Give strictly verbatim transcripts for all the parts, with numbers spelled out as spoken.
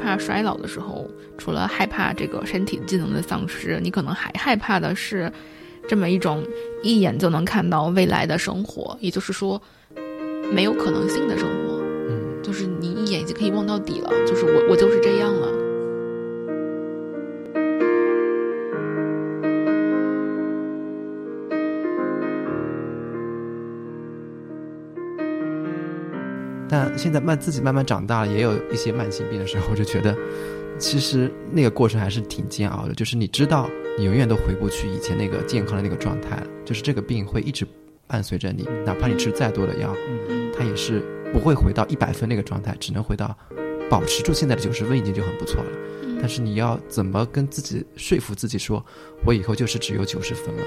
怕衰老的时候，除了害怕这个身体机能的丧失，你可能还害怕的是这么一种一眼就能看到未来的生活，也就是说没有可能性的生活。嗯，就是你一眼已经可以望到底了，就是我我就是这样了。 但现在慢自己慢慢长大了，也有一些慢性病的时候，就觉得其实那个过程还是挺煎熬的。就是你知道你永远都回不去以前那个健康的那个状态了，就是这个病会一直伴随着你，哪怕你吃再多的药，它也是不会回到一百分那个状态，只能回到保持住现在的九十分已经就很不错了。但是你要怎么跟自己说服自己说，我以后就是只有九十分了。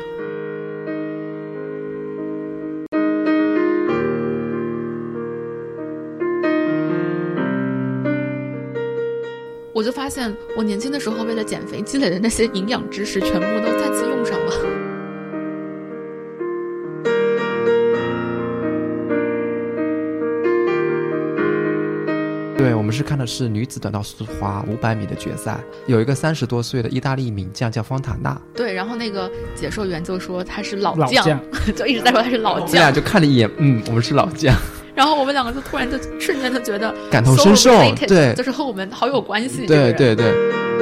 我就发现我年轻的时候为了减肥积累的那些营养知识全部都再次用上了。 对，我们是看的是女子短道速滑五百米的决赛，有一个三十多岁的意大利名将叫方塔纳。 对，然后那个解说员就说他是老将， 将就一直在说他是老将。 我们俩就看了一眼，嗯，我们是老将。 然后我们两个就突然就瞬间就觉得感同身受，对， 就是和我们好有关系。 对对对。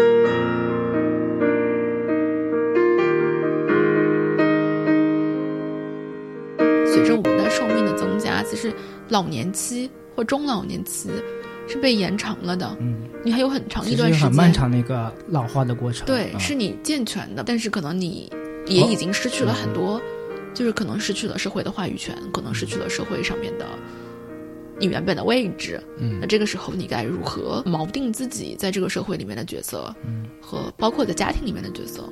随着我们的寿命的增加，其实老年期或中老年期是被延长了的。嗯，你还有很长一段时间， 很漫长的一个老化的过程。 对， 嗯、 是你健全的，但是可能你也已经失去了很多，哦嗯、就是可能失去了社会的话语权，可能失去了社会上面的你原本的位置。嗯，那这个时候你该如何锚定自己在这个社会里面的角色，嗯，和包括在家庭里面的角色？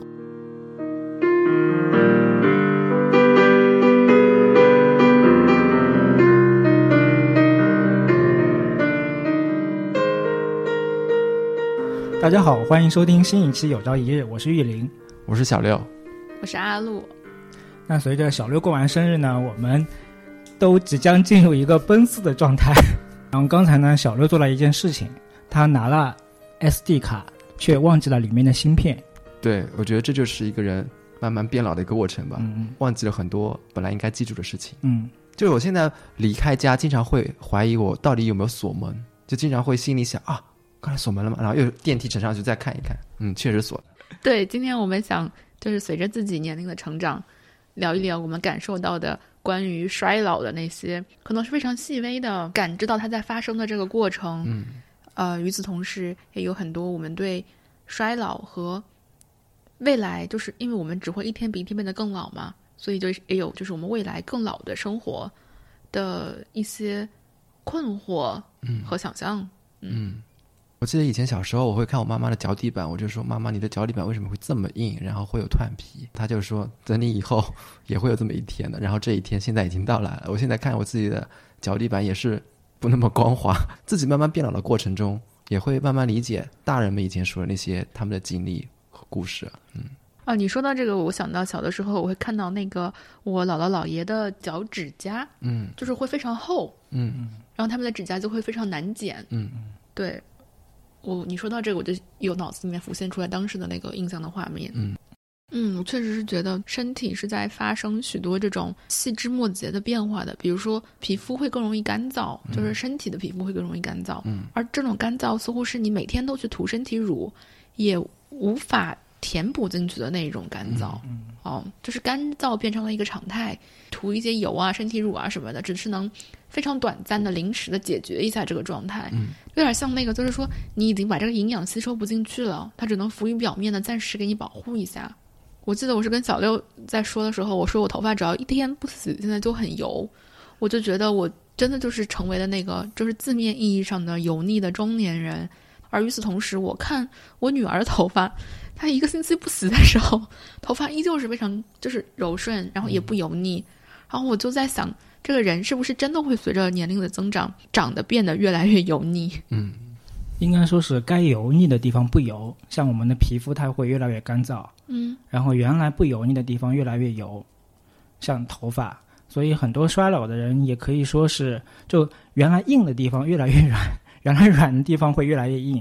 大家好，欢迎收听新一期有朝一日，我是玉林， 我是小六， 我是阿路。 那随着小六过完生日呢，我们都即将进入一个奔四的状态。然后刚才呢，小六做了一件事情，他拿了 S D 卡，却忘记了里面的芯片。 对，我觉得这就是一个人慢慢变老的一个过程吧。嗯，忘记了很多本来应该记住的事情。嗯，就是我现在离开家，经常会怀疑我到底有没有锁门，就经常会心里想啊，刚才锁门了吗？然后又电梯乘上去再看一看，嗯，确实锁了。 对，今天我们想就是随着自己年龄的成长，聊一聊我们感受到的关于衰老的那些可能是非常细微的感知到它在发生的这个过程。嗯，呃，与此同时也有很多我们对衰老和未来，就是因为我们只会一天比一天变得更老嘛，所以就也有就是我们未来更老的生活的一些困惑和想象。嗯。嗯， 我记得以前小时候我会看我妈妈的脚底板，我就说妈妈你的脚底板为什么会这么硬，然后会有蜕皮，她就说等你以后也会有这么一天的，然后这一天现在已经到来了。我现在看我自己的脚底板也是不那么光滑，自己慢慢变老的过程中也会慢慢理解大人们以前说的那些他们的经历和故事。嗯， 啊，你说到这个，我想到小的时候我会看到那个我姥姥姥爷的脚趾甲，嗯，就是会非常厚，嗯，然后他们的指甲就会非常难剪。嗯，对，我你说到这个，我就有脑子里面浮现出来当时的那个印象的画面。嗯嗯，我确实是觉得身体是在发生许多这种细枝末节的变化的，比如说皮肤会更容易干燥，就是身体的皮肤会更容易干燥。嗯，而这种干燥似乎是你每天都去涂身体乳也无法填补进去的那种干燥。嗯，哦，就是干燥变成了一个常态，涂一些油啊、身体乳啊什么的，只是能非常短暂的、临时的解决一下这个状态。嗯，有点像那个，就是说你已经把这个营养吸收不进去了，它只能浮于表面的，暂时给你保护一下。我记得我是跟小六在说的时候，我说我头发只要一天不死，现在就很油，我就觉得我真的就是成为了那个就是字面意义上的油腻的中年人。而与此同时，我看我女儿的头发，她一个星期不洗的时候，头发依旧是非常就是柔顺，然后也不油腻。然后我就在想，这个人是不是真的会随着年龄的增长，长得变得越来越油腻？ 嗯，应该说是该油腻的地方不油，像我们的皮肤它会越来越干燥。嗯，然后原来不油腻的地方越来越油，像头发。所以很多衰老的人也可以说是，就原来硬的地方越来越软，原来软的地方会越来越硬。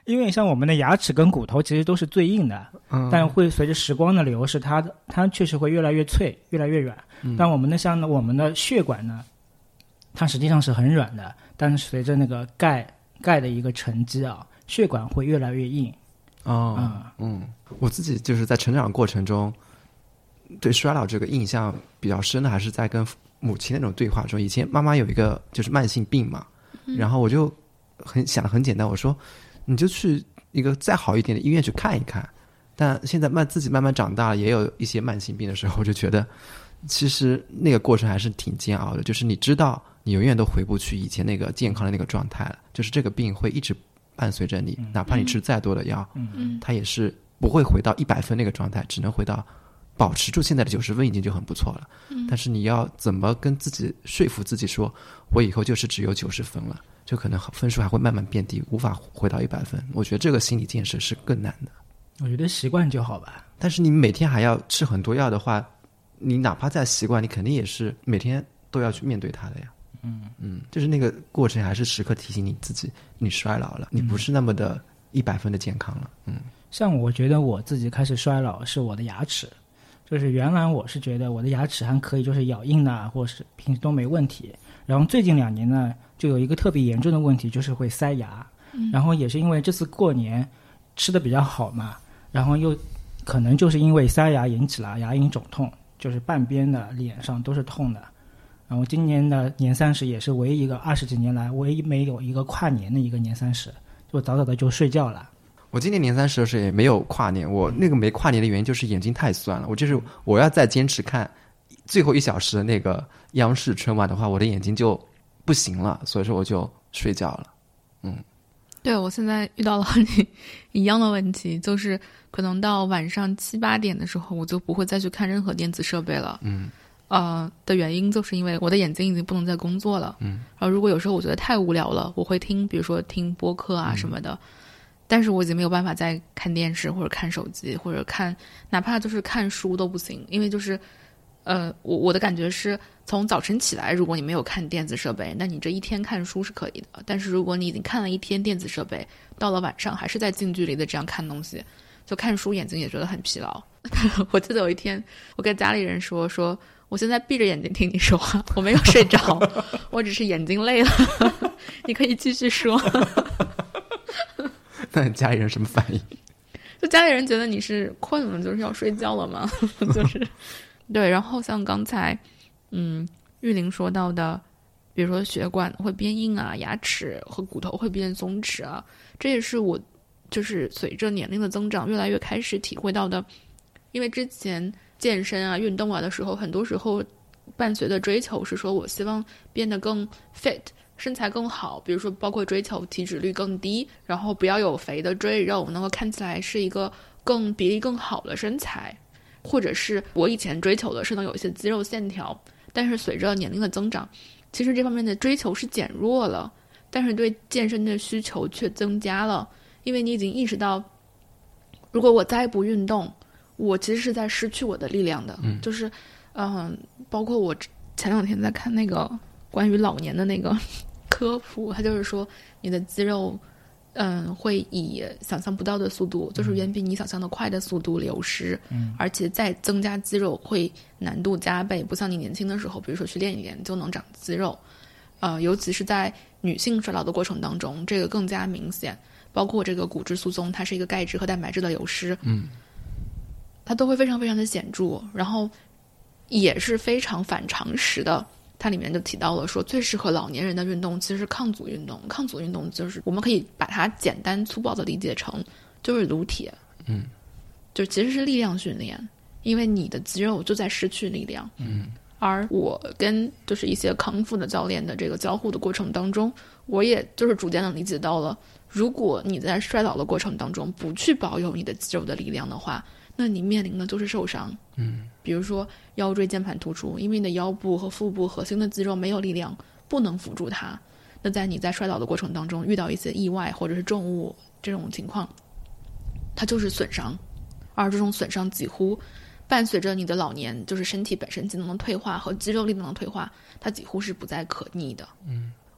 因为像我们的牙齿跟骨头其实都是最硬的，嗯，但会随着时光的流逝，它它确实会越来越脆，越来越软。嗯、但我们的像我们的血管呢，它实际上是很软的，但是随着那个钙钙的一个沉积啊，血管会越来越硬。 哦，嗯嗯，我自己就是在成长过程中，对衰老这个印象比较深的，还是在跟母亲那种对话中。以前妈妈有一个就是慢性病嘛，嗯、然后我就很想的很简单，我说你就去一个再好一点的医院去看一看。但现在慢自己慢慢长大了，也有一些慢性病的时候，我就觉得其实那个过程还是挺煎熬的。就是你知道你永远都回不去以前那个健康的那个状态了，就是这个病会一直伴随着你，哪怕你吃再多的药，嗯，它也是不会回到一百分那个状态，只能回到保持住现在的九十分已经就很不错了。嗯，但是你要怎么跟自己说服自己说，我以后就是只有九十分了，就可能分数还会慢慢变低，无法回到一百分。我觉得这个心理建设是更难的。 我觉得习惯就好吧。 但是你每天还要吃很多药的话，你哪怕再习惯，你肯定也是每天都要去面对它的呀。嗯嗯，就是那个过程还是时刻提醒你自己，你衰老了，你不是那么的一百分的健康了。嗯， 像我觉得我自己开始衰老是我的牙齿，就是原来我是觉得我的牙齿还可以，就是咬硬啊，或是平时都没问题。然后最近两年呢，就有一个特别严重的问题，就是会塞牙。嗯、然后也是因为这次过年吃的比较好嘛，然后又可能就是因为塞牙引起了牙龈肿痛，就是半边的脸上都是痛的。然后今年的年三十也是唯一一个二十几年来唯一没有一个跨年的一个年三十，就早早的就睡觉了。 我今年年三十的时候也没有跨年，我那个没跨年的原因就是眼睛太酸了。我就是我要再坚持看最后一小时的那个央视春晚的话，我的眼睛就不行了，所以说我就睡觉了。嗯， 对，我现在遇到了你一样的问题，就是可能到晚上七八点的时候，我就不会再去看任何电子设备了。嗯。呃的原因就是因为我的眼睛已经不能再工作了，嗯，然后如果有时候我觉得太无聊了，我会听，比如说听播客啊什么的，嗯、但是我已经没有办法再看电视或者看手机或者看，哪怕就是看书都不行，因为就是，呃，我我的感觉是从早晨起来，如果你没有看电子设备，那你这一天看书是可以的，但是如果你已经看了一天电子设备，到了晚上还是在近距离的这样看东西，就看书眼睛也觉得很疲劳。我记得有一天我跟家里人说说。我现在闭着眼睛听你说话，我没有睡着，我只是眼睛累了。你可以继续说。 那你家里人什么反应？ 就家里人觉得你是困了，就是要睡觉了嘛，就是对。然后像刚才，嗯，玉玲说到的，比如说血管会变硬啊，牙齿和骨头会变松弛啊，这也是我就是随着年龄的增长，越来越开始体会到的，因为之前。健身啊运动啊的时候，很多时候伴随的追求是说我希望变得更 fit， 身材更好，比如说包括追求体脂率更低，然后不要有肥的赘肉，能够看起来是一个更比例更好的身材，或者是我以前追求的是能有一些肌肉线条，但是随着年龄的增长，其实这方面的追求是减弱了，但是对健身的需求却增加了，因为你已经意识到如果我再不运动，我其实是在失去我的力量的，嗯，就是，嗯、呃，包括我前两天在看那个关于老年的那个科普，它就是说你的肌肉，嗯，会以想象不到的速度，就是远比你想象的快的速度流失，嗯，而且再增加肌肉会难度加倍，不像你年轻的时候，比如说去练一练就能长肌肉，呃，尤其是在女性衰老的过程当中，这个更加明显，包括这个骨质疏松，它是一个钙质和蛋白质的流失，嗯。它都会非常非常的显著，然后也是非常反常识的。它里面就提到了说，最适合老年人的运动其实是抗阻运动。抗阻运动就是我们可以把它简单粗暴的理解成就是撸铁，嗯，就其实是力量训练，因为你的肌肉就在失去力量，嗯。而我跟就是一些康复的教练的这个交互的过程当中，我也就是逐渐的理解到了，如果你在衰老的过程当中不去保有你的肌肉的力量的话，那你面临的就是受伤，嗯，比如说腰椎间盘突出，因为你的腰部和腹部核心的肌肉没有力量，不能辅助它。那在你在衰老的过程当中遇到一些意外或者是重物这种情况，它就是损伤，而这种损伤几乎伴随着你的老年，就是身体本身机能的退化和肌肉力量的退化，它几乎是不再可逆的。嗯，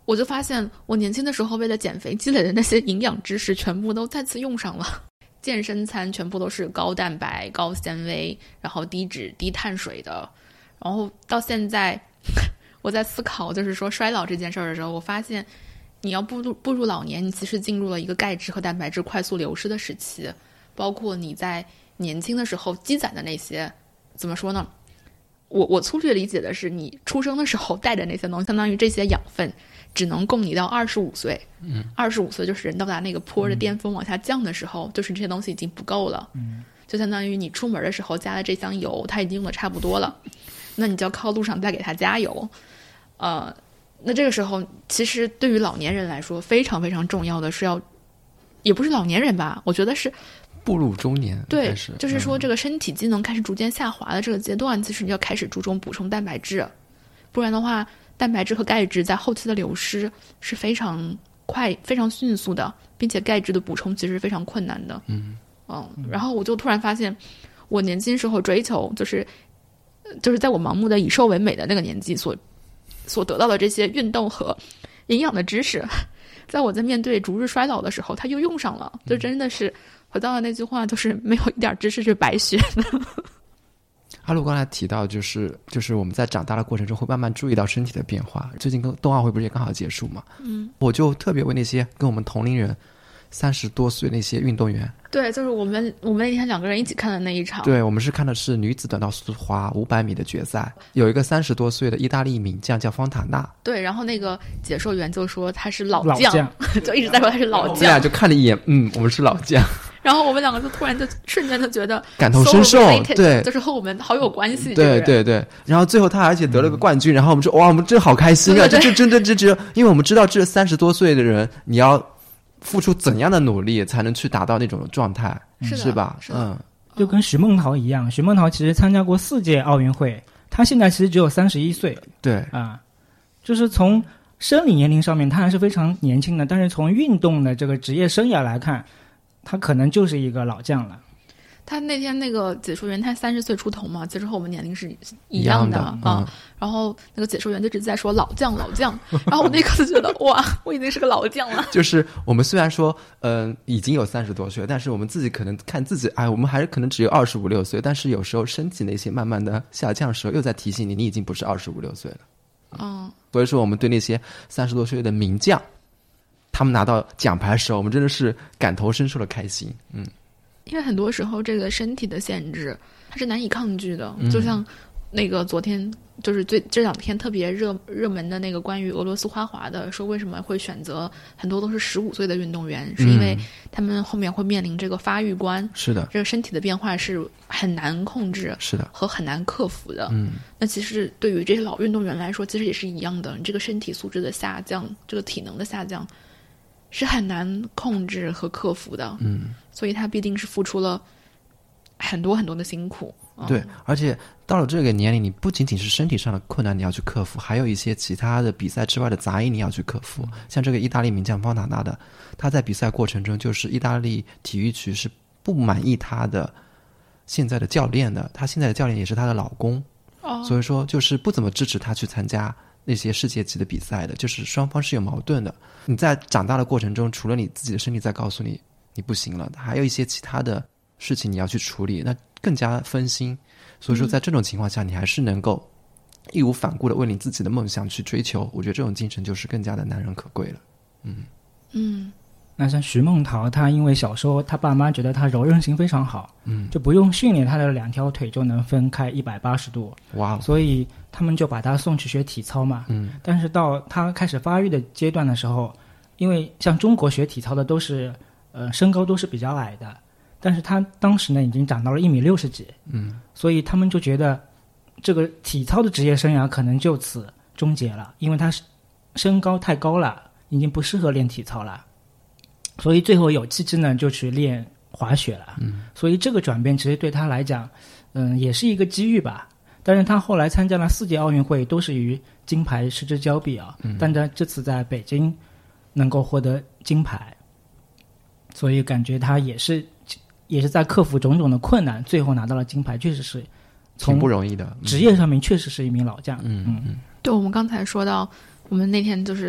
我就发现我年轻的时候为了减肥积累的那些营养知识全部都再次用上了。健身餐全部都是高蛋白、高纤维，然后低脂、低碳水的。然后到现在我在思考就是说衰老这件事儿的时候，我发现你要步入步入老年，你其实进入了一个钙质和蛋白质快速流失的时期，包括你在年轻的时候积攒的那些，怎么说呢，我我粗略理解的是，你出生的时候带的那些东西，相当于这些养分只能供你到二十五岁。嗯，二十五岁就是人到达那个坡的巅峰往下降的时候，嗯、就是这些东西已经不够了。嗯，就相当于你出门的时候加的这箱油，它已经用的差不多了，那你就要靠路上再给它加油。呃，那这个时候其实对于老年人来说，非常非常重要的是要，也不是老年人吧，我觉得是步入中年， 对，就是说这个身体机能开始逐渐下滑的这个阶段，其实你要开始注重补充蛋白质，不然的话，蛋白质和钙质在后期的流失是非常快、非常迅速的，并且钙质的补充其实是非常困难的。嗯嗯，然后我就突然发现，我年轻时候追求就是就是在我盲目的以瘦为美的那个年纪所所得到的这些运动和营养的知识，在我在面对逐日衰老的时候，它又用上了，就真的是。回到了那句话，就是没有一点知识是白学的。 阿路刚才提到，就是就是我们在长大的过程中会慢慢注意到身体的变化。最近跟冬奥会不是也刚好结束嘛？嗯，我就特别为那些跟我们同龄人三十多岁那些运动员， 对，就是我们我们那天两个人一起看的那一场。 对，我们是看的是女子短道速滑五百米的决赛，有一个三十多岁的意大利名将叫方塔纳。 对，然后那个解说员就说他是老将， 将就一直在说他是老将。 我们俩就看了一眼，嗯，我们是老将。 然后我们两个就突然就瞬间就觉得感同身受，对， 就是和我们好有关系。 对对对，然后最后他而且得了个冠军，嗯、然后我们说哇，我们真好开心啊！这这真真真真，因为我们知道这三十多岁的人，你要付出怎样的努力才能去达到那种状态， 是是吧？ 是嗯， 就跟徐梦桃一样，徐梦桃其实参加过四届奥运会，她现在其实只有三十一岁。 对啊，就是从生理年龄上面，她还是非常年轻的，但是从运动的这个职业生涯来看。他可能就是一个老将了。 他那天那个解说员，他三十岁出头嘛，其实和我们年龄是一样的啊、嗯。然后那个解说员就一直在说老将老将，然后我那刻就觉得哇，我已经是个老将了。 就是我们虽然说嗯、呃、已经有三十多岁，但是我们自己可能看自己，哎，我们还是可能只有二十五六岁，但是有时候身体那些慢慢的下降的时候，又在提醒你，你已经不是二十五六岁了。嗯，所以说我们对那些三十多岁的名将。他们拿到奖牌的时候，我们真的是感同身受的开心。嗯， 因为很多时候这个身体的限制它是难以抗拒的，嗯、就像那个昨天就是最这两天特别热热门的那个关于俄罗斯花滑的，说为什么会选择很多都是十五岁的运动员，是因为他们后面会面临这个发育关， 是的， 这个身体的变化是很难控制， 是的， 和很难克服的。 嗯， 那其实对于这些老运动员来说，其实也是一样的，你这个身体素质的下降，这个体能的下降。是很难控制和克服的，嗯，所以他必定是付出了很多很多的辛苦。 对，嗯、而且到了这个年龄，你不仅仅是身体上的困难你要去克服，还有一些其他的比赛之外的杂音你要去克服。嗯、像这个意大利名将方塔纳的，他在比赛过程中，就是意大利体育局是不满意他的现在的教练的，他现在的教练也是他的老公，哦，所以说就是不怎么支持他去参加。那些世界级的比赛的，就是双方是有矛盾的。你在长大的过程中，除了你自己的身体在告诉你你不行了，还有一些其他的事情你要去处理，那更加分心。所以说在这种情况下，你还是能够义无反顾的为你自己的梦想去追求，我觉得这种精神就是更加的难能可贵了。嗯嗯， 那像徐梦桃，她因为小时候她爸妈觉得她柔韧性非常好，嗯，就不用训练，她的两条腿就能分开一百八十度。 哇！ 所以他们就把她送去学体操嘛。嗯。但是到她开始发育的阶段的时候，因为像中国学体操的都是呃身高都是比较矮的，但是她当时呢已经长到了一米六十几。嗯。所以他们就觉得这个体操的职业生涯可能就此终结了，因为她身高太高了，已经不适合练体操了。所以最后有气质呢就去练滑雪了。嗯，所以这个转变其实对他来讲嗯也是一个机遇吧。但是他后来参加了四届奥运会都是与金牌失之交臂啊。嗯，但他这次在北京能够获得金牌，所以感觉他也是也是在克服种种的困难最后拿到了金牌，确实是挺不容易的。 职业上面确实是一名老将。 嗯嗯嗯。 对，我们刚才说到我们那天就是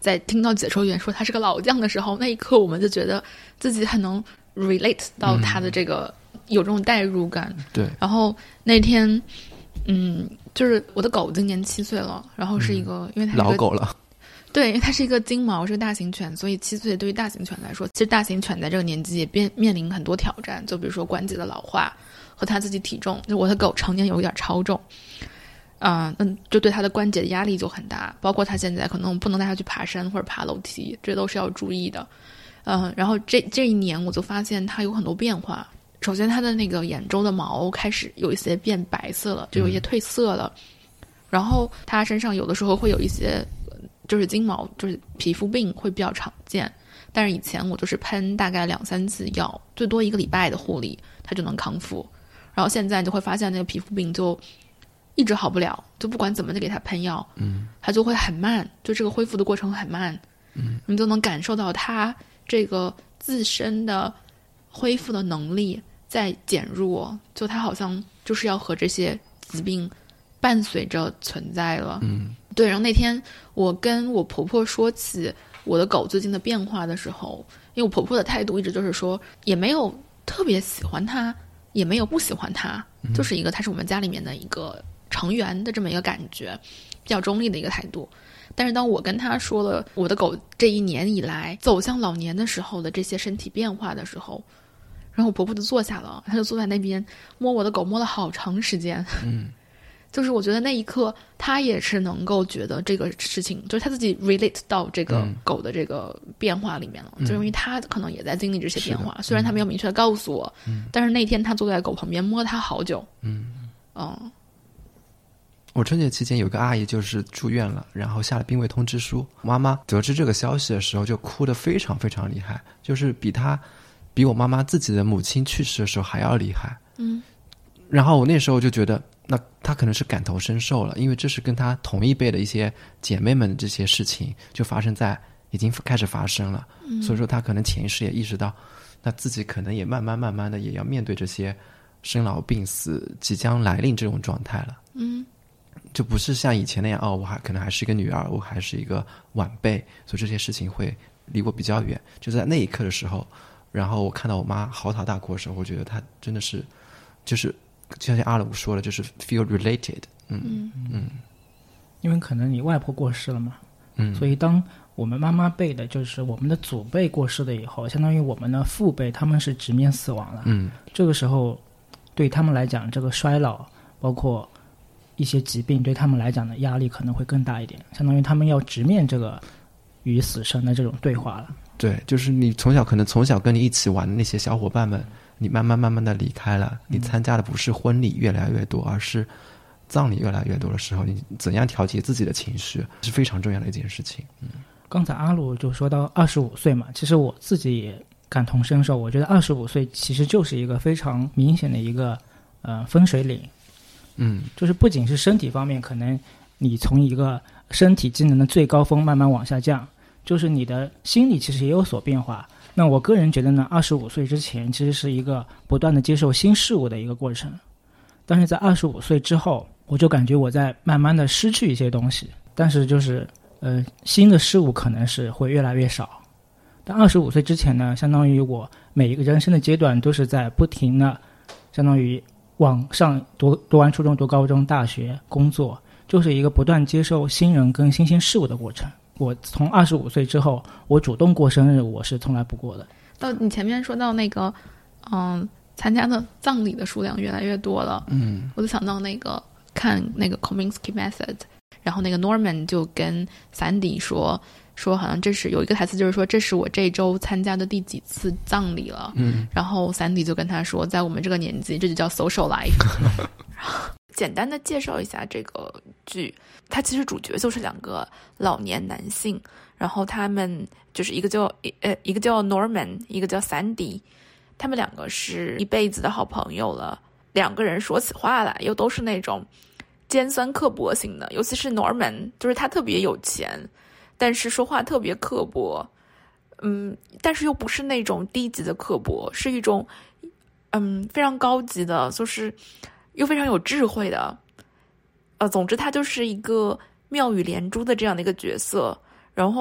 在听到解说员说他是个老将的时候，那一刻我们就觉得自己很能 relate 到他的这个、嗯、有这种代入感。 对。 然后那天，嗯，就是我的狗今年七岁了，然后是一个，嗯、因为它是个老狗了。 对，因为它是一个金毛，是个大型犬，所以七岁对于大型犬来说，其实大型犬在这个年纪也面面临很多挑战，就比如说关节的老化和它自己体重。就我的狗常年有一点超重，啊、呃，嗯，就对它的关节的压力就很大，包括它现在可能不能带它去爬山或者爬楼梯，这都是要注意的。嗯、呃，然后这这一年我就发现它有很多变化。首先，它的那个眼周的毛开始有一些变白色了，就有一些褪色了。嗯、然后它身上有的时候会有一些。就是金毛，就是皮肤病会比较常见，但是以前我就是喷大概两三次药，最多一个礼拜的护理，它就能康复。然后现在你就会发现那个皮肤病就一直好不了，就不管怎么的给它喷药，嗯，它就会很慢，就这个恢复的过程很慢，嗯，你就能感受到它这个自身的恢复的能力在减弱，就它好像就是要和这些疾病伴随着存在了，嗯。对，然后那天我跟我婆婆说起我的狗最近的变化的时候，因为我婆婆的态度一直就是说，也没有特别喜欢它，也没有不喜欢它，嗯、就是一个它是我们家里面的一个成员的这么一个感觉，比较中立的一个态度。但是当我跟她说了我的狗这一年以来走向老年的时候的这些身体变化的时候，然后我婆婆就坐下了，她就坐在那边摸我的狗，摸了好长时间。嗯。就是我觉得那一刻他也是能够觉得这个事情就是他自己 relate 到这个狗的这个变化里面了、嗯、就是因为他可能也在经历这些变化、嗯、虽然他没有明确的告诉我、嗯、但是那天他坐在狗旁边摸他好久。嗯嗯， 我春节期间有个阿姨就是住院了，然后下了病危通知书，妈妈得知这个消息的时候就哭得非常非常厉害，就是比他比我妈妈自己的母亲去世的时候还要厉害。嗯，然后我那时候就觉得那他可能是感同身受了，因为这是跟他同一辈的一些姐妹们的这些事情就发生在已经开始发生了、嗯、所以说他可能潜意识也意识到那自己可能也慢慢慢慢的也要面对这些生老病死即将来临这种状态了。嗯，就不是像以前那样哦，我还可能还是一个女儿，我还是一个晚辈，所以这些事情会离我比较远。就在那一刻的时候，然后我看到我妈嚎啕大哭的时候，我觉得她真的是就是就像阿鲁说了，就是 feel related。 嗯 嗯, 嗯因为可能你外婆过世了嘛，嗯，所以当我们妈妈辈的就是我们的祖辈过世了以后，相当于我们的父辈他们是直面死亡了。嗯，这个时候对他们来讲，这个衰老包括一些疾病对他们来讲的压力可能会更大一点，相当于他们要直面这个与死生的这种对话了。 对，就是你从小可能从小跟你一起玩的那些小伙伴们，你慢慢慢慢的离开了，你参加的不是婚礼越来越多，而是葬礼越来越多的时候，你怎样调节自己的情绪是非常重要的一件事情。嗯， 刚才阿鲁就说到二十五岁嘛，其实我自己也感同身受，我觉得二十五岁其实就是一个非常明显的一个呃分水岭。嗯，就是不仅是身体方面，可能你从一个身体机能的最高峰慢慢往下降，就是你的心理其实也有所变化。那我个人觉得呢，二十五岁之前其实是一个不断的接受新事物的一个过程，但是在二十五岁之后，我就感觉我在慢慢的失去一些东西，但是就是呃新的事物可能是会越来越少。但二十五岁之前呢，相当于我每一个人生的阶段都是在不停的相当于往上读读完初中、读高中、大学、工作，就是一个不断接受新人跟新鲜事物的过程。我从二十五岁之后，我主动过生日，我是从来不过的。 到你前面说到那个，嗯，参加的葬礼的数量越来越多了，嗯，我就想到那个看那个 Kominsky Method， 然后那个 Norman 就跟 Sandy 说说，好像这是有一个台词，就是说这是我这周参加的第几次葬礼了，嗯，然后 Sandy 就跟他说，在我们这个年纪，这就叫 social life。简单的介绍一下这个剧，它其实主角就是两个老年男性，然后他们就是一个叫呃一个叫 Norman， 一个叫 Sandy， 他们两个是一辈子的好朋友了。两个人说起话来又都是那种尖酸刻薄型的，尤其是 Norman， 就是他特别有钱，但是说话特别刻薄，嗯，但是又不是那种低级的刻薄，是一种嗯非常高级的，就是又非常有智慧的，呃，总之他就是一个妙语连珠的这样的一个角色。然后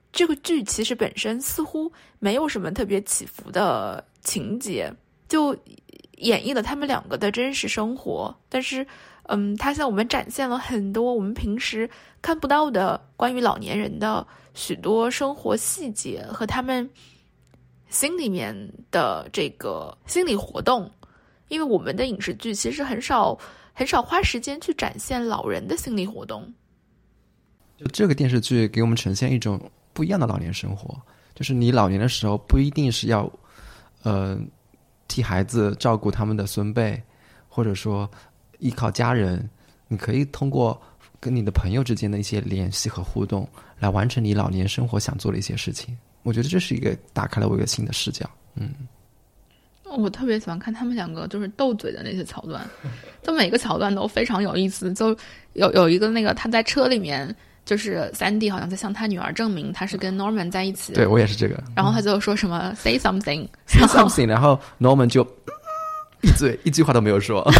这个剧其实本身似乎没有什么特别起伏的情节，就演绎了他们两个的真实生活，但是嗯，它向我们展现了很多我们平时看不到的关于老年人的许多生活细节和他们心里面的这个心理活动。因为我们的影视剧其实很少很少花时间去展现老人的心理活动。 就这个电视剧给我们呈现一种不一样的老年生活，就是你老年的时候不一定是要呃替孩子照顾他们的孙辈，或者说依靠家人，你可以通过跟你的朋友之间的一些联系和互动来完成你老年生活想做的一些事情。我觉得这是一个打开了我一个新的视角。嗯， 我特别喜欢看他们两个就是斗嘴的那些桥段，就每个桥段都非常有意思。就有有一个那个他在车里面，就是三弟好像在向他女儿证明他是跟 Norman 在一起。 对，我也是这个。 然后他就说什么、嗯、say something say something， 然后 Norman 就闭嘴，一句话都没有说。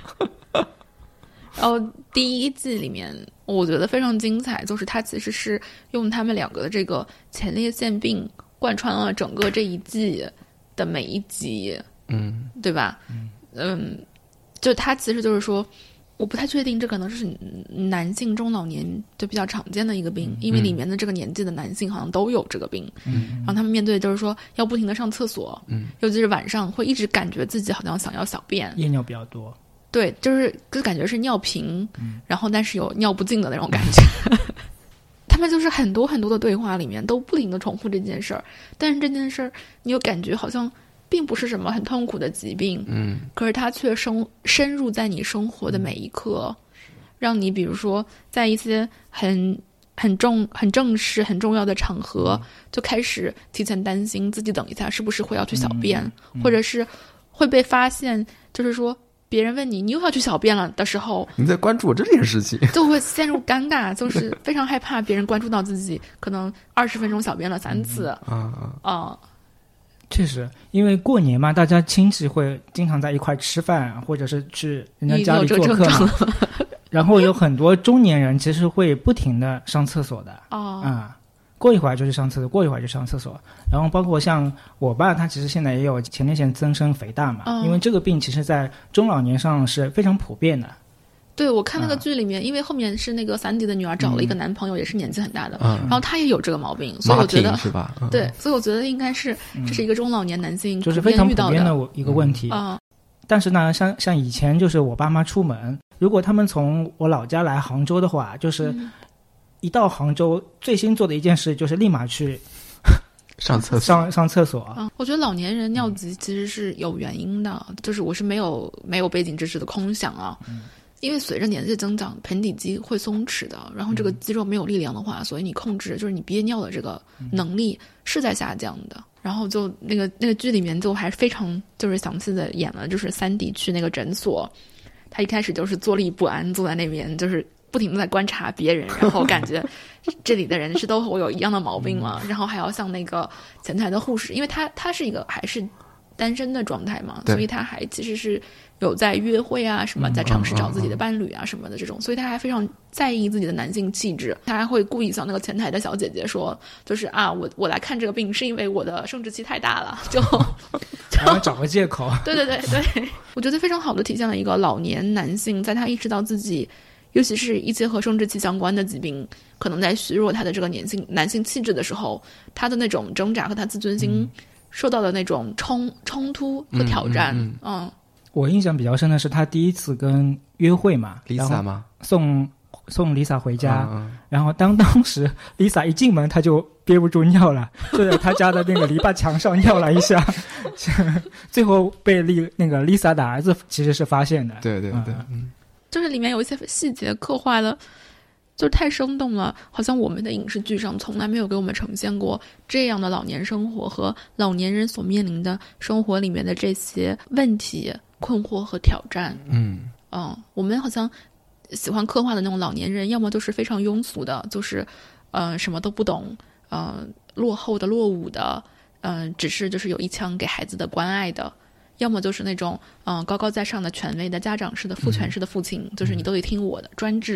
然后第一季里面我觉得非常精彩，就是他其实是用他们两个的这个前列腺病贯穿了整个这一季的每一集，嗯，对吧？嗯，嗯，就他其实就是说，我不太确定这可能是男性中老年就比较常见的一个病，嗯、因为里面的这个年纪的男性好像都有这个病，嗯，然后他们面对就是说要不停的上厕所，嗯，尤其是晚上会一直感觉自己好像想要小便， 夜尿比较多。 对，就是就感觉是尿频、嗯，然后但是有尿不尽的那种感觉。他们就是很多很多的对话里面都不停的重复这件事儿，但是这件事儿你又感觉好像并不是什么很痛苦的疾病，嗯，可是它却深深入在你生活的每一刻，让你比如说在一些很很重很正式很重要的场合、嗯、就开始提前担心自己等一下是不是会要去小便、嗯嗯、或者是会被发现，就是说别人问你你又要去小便了的时候， 你在关注我这件事情， 就会陷入尴尬，就是非常害怕别人关注到自己可能二十分钟小便了三次。 嗯啊、呃， 确实，因为过年嘛，大家亲戚会经常在一块吃饭，或者是去人家家里做客嘛。然后有很多中年人其实会不停的上厕所的。 哦。 啊、嗯。过一会儿就去上厕所，过一会儿就上厕所，然后包括像我爸，他其实现在也有前列腺增生肥大嘛、嗯，因为这个病其实在中老年上是非常普遍的。 对，我看那个剧里面、嗯、因为后面是那个三弟的女儿找了一个男朋友、嗯、也是年纪很大的、嗯、然后他也有这个毛病，所以我觉得是吧、嗯、 对，所以我觉得应该是这是一个中老年男性就是非常普遍的一个问题。 嗯， 但是呢像像以前就是我爸妈出门，如果他们从我老家来杭州的话，就是一到杭州最先做的一件事就是立马去上厕所上上厕所、 嗯、我觉得老年人尿急其实是有原因的，就是我是没有没有背景知识的空想啊、嗯，因为随着年纪增长盆底肌会松弛的，然后这个肌肉没有力量的话、嗯、所以你控制就是你憋尿的这个能力是在下降的、嗯、然后就那个那个剧里面就还非常就是详细的演了，就是三弟去那个诊所，他一开始就是坐立不安坐在那边，就是不停的在观察别人，然后感觉这里的人是都和我有一样的毛病吗、嗯、然后还要向那个前台的护士，因为他他是一个还是单身的状态嘛，所以他还其实是有在约会啊什么，在尝试找自己的伴侣啊什么的这种、嗯、所以他还非常在意自己的男性气质，他还会故意向那个前台的小姐姐说，就是啊我我来看这个病是因为我的生殖器太大了，就然后找个借口。 对对对对，我觉得非常好的体现了一个老年男性在他意识到自己尤其是一些和生殖器相关的疾病可能在削弱他的这个男性男性气质的时候，他的那种挣扎和他自尊心受到的那种冲冲突和挑战。 嗯, 嗯, 嗯我印象比较深的是他第一次跟约会嘛 Lisa 吗？ 送送 Lisa 回家、 嗯嗯、 然后当当时 Lisa 一进门他就憋不住尿了，就在他家的那个篱笆墙上尿了一下最后被那个 Lisa 的儿子其实是发现的。 对对对， 嗯，就是里面有一些细节刻画的就太生动了，好像我们的影视剧上从来没有给我们呈现过这样的老年生活和老年人所面临的生活里面的这些问题困惑和挑战。 嗯嗯，我们好像喜欢刻画的那种老年人要么就是非常庸俗的，就是呃什么都不懂，呃落后的落伍的，嗯、呃、只是就是有一腔给孩子的关爱的，要么就是那种嗯、呃、高高在上的权威的家长式的父权式的父亲、嗯、就是你都得听我的专制的。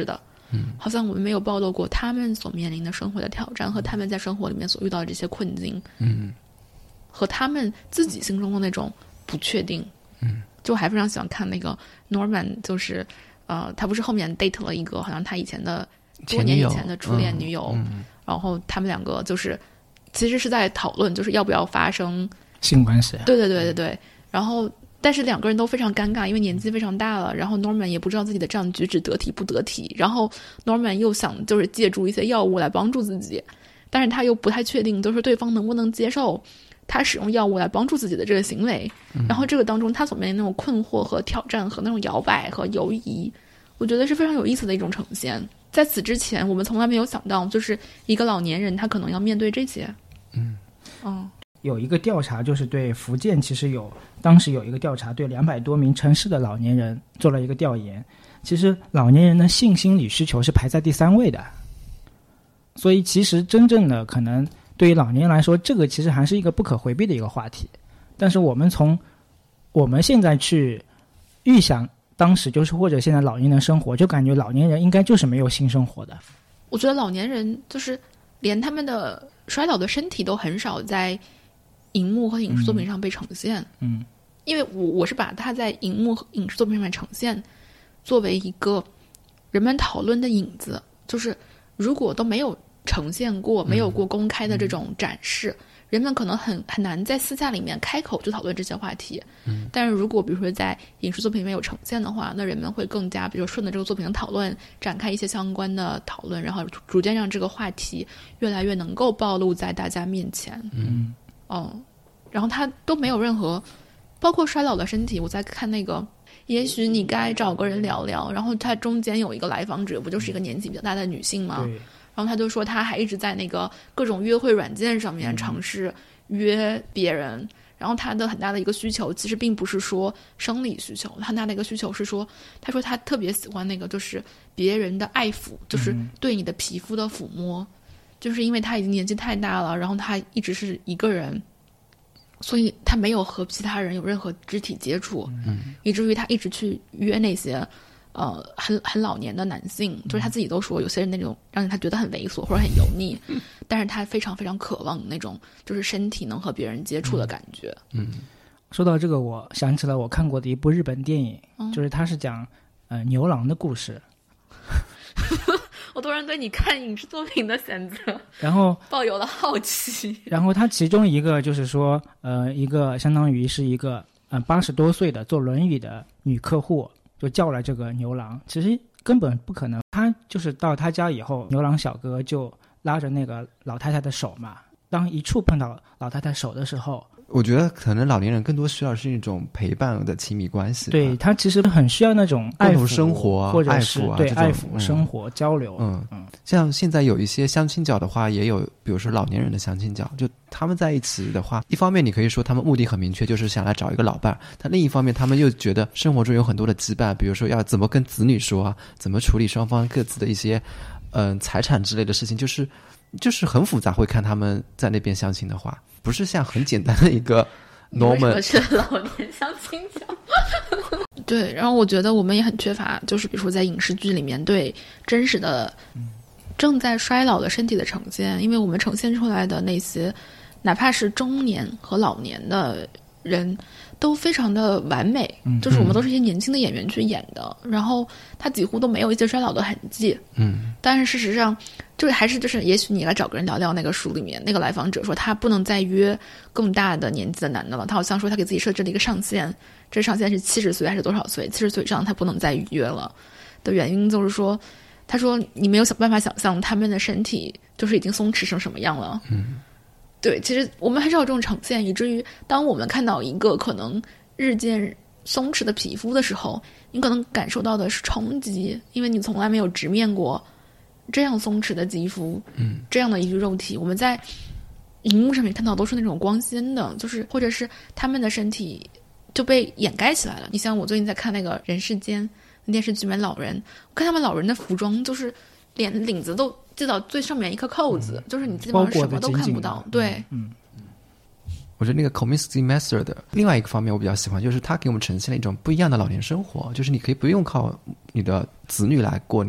嗯，好像我们没有暴露过他们所面临的生活的挑战和他们在生活里面所遇到的这些困境， 嗯， 和他们自己心中的那种不确定。 嗯， 就我还非常喜欢看那个 Norman， 就是呃，他不是后面 date 了一个好像他以前的多年以前的初恋女友， 嗯嗯、 然后他们两个就是其实是在讨论就是要不要发生性关系。 对对对对对，然后但是两个人都非常尴尬，因为年纪非常大了，然后 Norman 也不知道自己的这样举止得体不得体，然后 Norman 又想就是借助一些药物来帮助自己，但是他又不太确定就是对方能不能接受他使用药物来帮助自己的这个行为，然后这个当中他所面临那种困惑和挑战和那种摇摆和犹疑，我觉得是非常有意思的一种呈现。在此之前我们从来没有想到就是一个老年人他可能要面对这些。 嗯嗯， 有一个调查就是对福建，其实有当时有一个调查对两百多名城市的老年人做了一个调研，其实老年人的性心理需求是排在第三位的，所以其实真正的可能对于老年人来说，这个其实还是一个不可回避的一个话题。但是我们从我们现在去预想当时就是或者现在老年人生活，就感觉老年人应该就是没有性生活的。 我觉得老年人就是连他们的衰老的身体都很少在荧幕和影视作品上被呈现。 嗯，嗯因为我我是把它在荧幕和影视作品上面呈现作为一个人们讨论的影子，就是如果都没有呈现过，没有过公开的这种展示，嗯、人们可能很很难在私下里面开口就讨论这些话题。 嗯， 但是如果比如说在影视作品里面有呈现的话，那人们会更加比如顺着这个作品的讨论展开一些相关的讨论，然后逐渐让这个话题越来越能够暴露在大家面前。 嗯嗯，然后他都没有任何，包括衰老的身体，我在看那个也许你该找个人聊聊，然后他中间有一个来访者不就是一个年纪比较大的女性吗？ 对。 然后他就说他还一直在那个各种约会软件上面尝试约别人、嗯、然后他的很大的一个需求其实并不是说生理需求，他很大的一个需求是说，他说他特别喜欢那个就是别人的爱抚，就是对你的皮肤的抚摸、嗯、就是因为他已经年纪太大了，然后他一直是一个人，所以他没有和其他人有任何肢体接触、 嗯、 以至于他一直去约那些呃，很很老年的男性，就是他自己都说，有些人那种让他觉得很猥琐或者很油腻，但是他非常非常渴望那种就是身体能和别人接触的感觉。 嗯， 说到这个，我想起了我看过的一部日本电影， 嗯、 就是它是讲呃牛郎的故事。 我突然对你看影视作品的选择， 然后抱有了好奇。 然后它其中一个就是说，呃，一个相当于是一个呃八十多岁的坐轮椅的女客户。就叫了这个牛郎，其实根本不可能。他就是到他家以后，牛郎小哥就拉着那个老太太的手嘛。当一触碰到老太太手的时候， 我觉得可能老年人更多需要是一种陪伴的亲密关系。 对，他其实很需要那种爱抚生活， 或者是爱抚啊， 对爱抚、 嗯、 生活交流。 嗯嗯，像现在有一些相亲角的话，也有比如说老年人的相亲角，就他们在一起的话，一方面你可以说他们目的很明确，就是想来找一个老伴，但另一方面他们又觉得生活中有很多的羁绊，比如说要怎么跟子女说啊，怎么处理双方各自的一些嗯、呃、财产之类的事情，就是就是很复杂。会看他们在那边相亲的话，不是像很简单的一个 normal。 是老年相亲角。对，然后我觉得我们也很缺乏，就是比如说在影视剧里面对真实的正在衰老的身体的呈现，因为我们呈现出来的那些哪怕是中年和老年的人都非常的完美、嗯、就是我们都是一些年轻的演员去演的、嗯、然后他几乎都没有一些衰老的痕迹。 嗯， 但是事实上就是还是就是也许你来找个人聊聊，那个书里面那个来访者说他不能再约更大的年纪的男的了，他好像说他给自己设置了一个上限，这上限是七十岁还是多少岁，七十岁以上他不能再预约了的原因就是说，他说你没有想办法想象他们的身体就是已经松弛成什么样了。 嗯， 对，其实我们很少有这种呈现，以至于当我们看到一个可能日渐松弛的皮肤的时候，你可能感受到的是冲击，因为你从来没有直面过这样松弛的肌肤， 嗯，这样的一具肉体。我们在荧幕上面看到都是那种光鲜的，就是或者是他们的身体就被掩盖起来了。你像我最近在看那个人世间电视剧里面老人，我看他们老人的服装就是连领子都系到最上面一颗扣子、嗯、就是你基本上什么都看不到。对， 嗯， 我觉得那个 Kominsky Master 的另外一个方面我比较喜欢，就是他给我们呈现了一种不一样的老年生活，就是你可以不用靠你的子女来过你的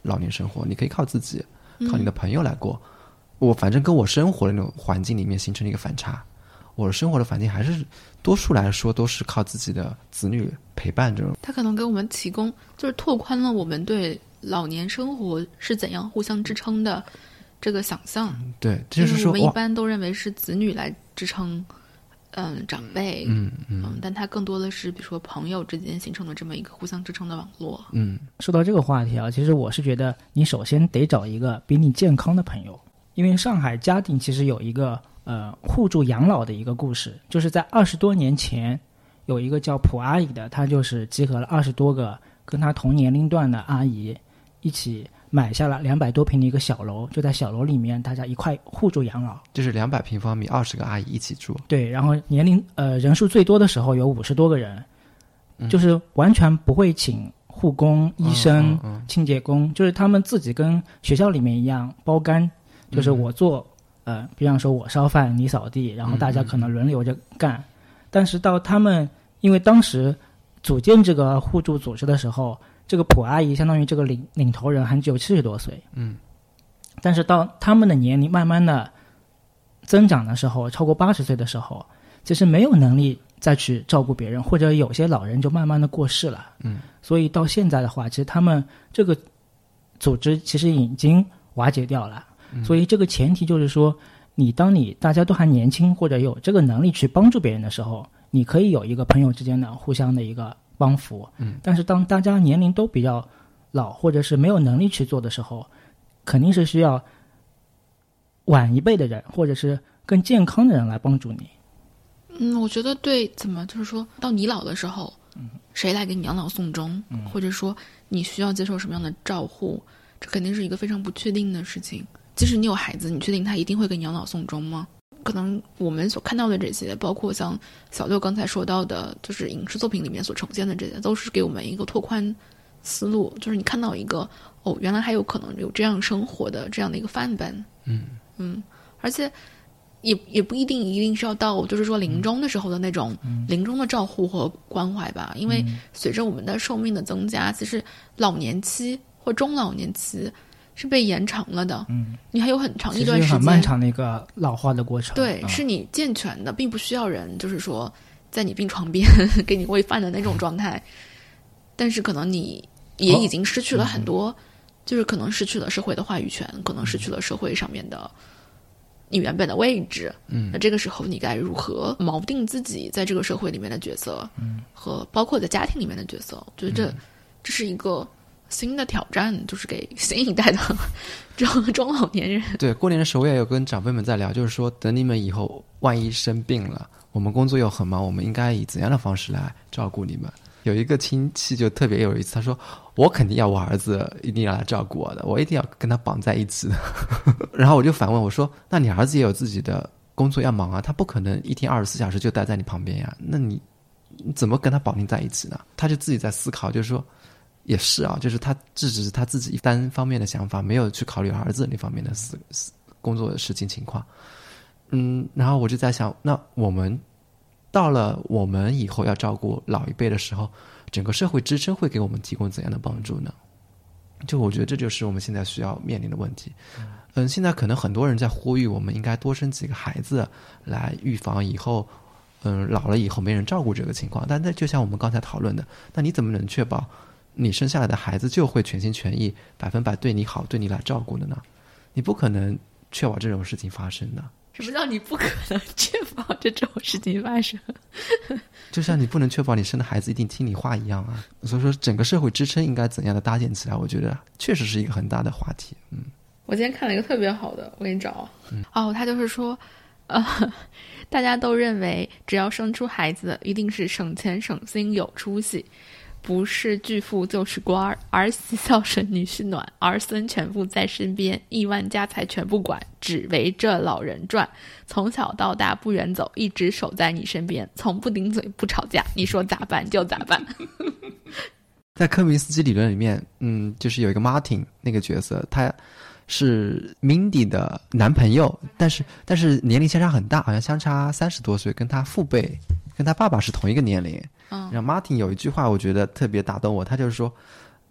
老年生活，你可以靠自己，靠你的朋友来过。嗯、我反正跟我生活的那种环境里面形成了一个反差。我的生活的环境还是多数来说都是靠自己的子女陪伴这种。 他可能给我们提供，就是拓宽了我们对老年生活是怎样互相支撑的这个想象。 对，就是说我们一般都认为是子女来支撑，嗯，长辈， 嗯 嗯, 嗯，但它更多的是比如说朋友之间形成的这么一个互相支撑的网络。 嗯， 说到这个话题啊，其实我是觉得你首先得找一个比你健康的朋友，因为上海嘉定其实有一个呃互助养老的一个故事，就是在二十多年前，有一个叫蒲阿姨的，她就是集合了二十多个跟她同年龄段的阿姨一起买下了两百多平的一个小楼，就在小楼里面大家一块互助养老， 就是两百平方米，二十个阿姨一起住。 对，然后年龄呃人数最多的时候有五十多个人、嗯，就是完全不会请护工、医生、嗯嗯嗯、清洁工，就是他们自己跟学校里面一样包干，就是我做、嗯、呃，比方说我烧饭，你扫地，然后大家可能轮流着干。嗯嗯、但是到他们因为当时组建这个互助组织的时候，这个蒲阿姨相当于这个领领头人还只有七十多岁， 嗯， 但是到他们的年龄慢慢的增长的时候，超过八十岁的时候，其实没有能力再去照顾别人，或者有些老人就慢慢的过世了， 嗯， 所以到现在的话，其实他们这个组织其实已经瓦解掉了，嗯、所以这个前提就是说，你当你大家都还年轻或者有这个能力去帮助别人的时候，你可以有一个朋友之间的互相的一个帮扶， 嗯， 但是当大家年龄都比较老或者是没有能力去做的时候，肯定是需要晚一辈的人或者是更健康的人来帮助你。 嗯，我觉得对，怎么就是说到你老的时候， 嗯， 谁来给你养老送终， 嗯， 或者说你需要接受什么样的照护，这肯定是一个非常不确定的事情。即使你有孩子，你确定他一定会给你养老送终吗？可能我们所看到的这些，包括像小六刚才说到的，就是影视作品里面所呈现的这些，都是给我们一个拓宽思路，就是你看到一个哦，原来还有可能有这样生活的这样的一个范本。 嗯嗯，而且也也不一定一定是要到就是说临终的时候的那种临终的照护和关怀吧，因为随着我们的寿命的增加，其实老年期或中老年期是被延长了的， 嗯， 你还有很长一段时间， 很漫长的一个老化的过程。 对， 嗯、 是你健全的，并不需要人，就是说在你病床边给你喂饭的那种状态。但是可能你也已经失去了很多，哦嗯、就是可能失去了社会的话语权，可能失去了社会上面的你原本的位置。 嗯， 那这个时候你该如何锚定自己在这个社会里面的角色？ 嗯， 和包括在家庭里面的角色，我觉得这、嗯、这是一个新的挑战，就是给新一代的中中老年人。 对，过年的时候我也有跟长辈们在聊，就是说等你们以后万一生病了，我们工作又很忙，我们应该以怎样的方式来照顾你们。有一个亲戚就特别有意思，他说我肯定要我儿子一定要来照顾我的，我一定要跟他绑在一起的然后我就反问我说，那你儿子也有自己的工作要忙啊，他不可能一天二十四小时就待在你旁边呀，那你你怎么跟他绑定在一起呢？他就自己在思考，就是说也是啊，就是他这只是他自己单方面的想法，没有去考虑儿子那方面的思工作的事情情况。嗯，然后我就在想，那我们到了我们以后要照顾老一辈的时候，整个社会支撑会给我们提供怎样的帮助呢？就我觉得这就是我们现在需要面临的问题。嗯，现在可能很多人在呼吁我们应该多生几个孩子，来预防以后嗯老了以后没人照顾这个情况。但那就像我们刚才讨论的，那你怎么能确保你生下来的孩子就会全心全意百分百对你好，对你来照顾的呢？你不可能确保这种事情发生的。 什么叫你不可能确保这种事情发生？ 就像你不能确保你生的孩子一定听你话一样啊。所以说整个社会支撑应该怎样的搭建起来，我觉得确实是一个很大的话题。嗯， 我今天看了一个特别好的，我给你找。 嗯， 哦，他就是说呃，大家都认为只要生出孩子一定是省钱省心有出息，不是巨富就是官儿，儿媳孝顺女婿暖，儿孙全部在身边，亿万家财全不管，只围着老人转，从小到大不远走，一直守在你身边，从不顶嘴不吵架，你说咋办就咋办在科明斯基理论里面，嗯，就是有一个 Martin 那个角色，他是 Mindy 的男朋友，但是但是年龄相差很大，好像相差三十多岁，跟他父辈跟他爸爸是同一个年龄。 嗯， 然后 Martin 有一句话我觉得特别打动我，他就是说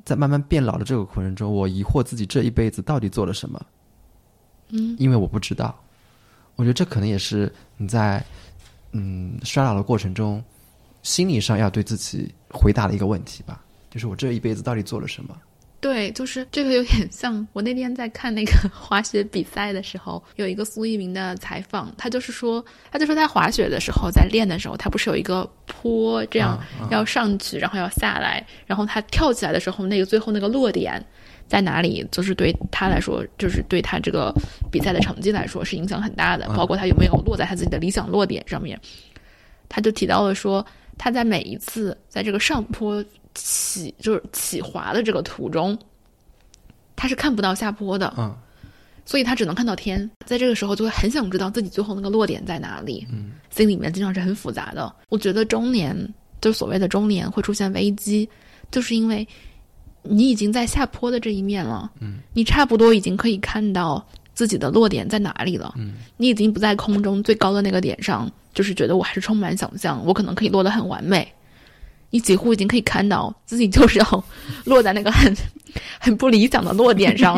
在慢慢变老的这个过程中，我疑惑自己这一辈子到底做了什么。 嗯， 因为我不知道。我觉得这可能也是你在嗯衰老的过程中心理上要对自己回答的一个问题吧，就是我这一辈子到底做了什么。 对，就是这个有点像我那天在看那个滑雪比赛的时候，有一个苏翊鸣的采访，他就是说他就说他滑雪的时候，在练的时候，他不是有一个坡这样要上去，然后要下来，然后他跳起来的时候，那个最后那个落点在哪里，就是对他来说，就是对他这个比赛的成绩来说是影响很大的，包括他有没有落在他自己的理想落点上面。他就提到了说，他在每一次在这个上坡起就是起滑的这个途中，他是看不到下坡的， 嗯， 所以他只能看到天。在这个时候就会很想知道自己最后那个落点在哪里， 嗯， 心里面经常是很复杂的。我觉得中年，就所谓的中年会出现危机，就是因为你已经在下坡的这一面了， 嗯， 你差不多已经可以看到自己的落点在哪里了， 嗯， 你已经不在空中最高的那个点上，就是觉得我还是充满想象，我可能可以落得很完美。你几乎已经可以看到自己就是要落在那个很很不理想的落点上，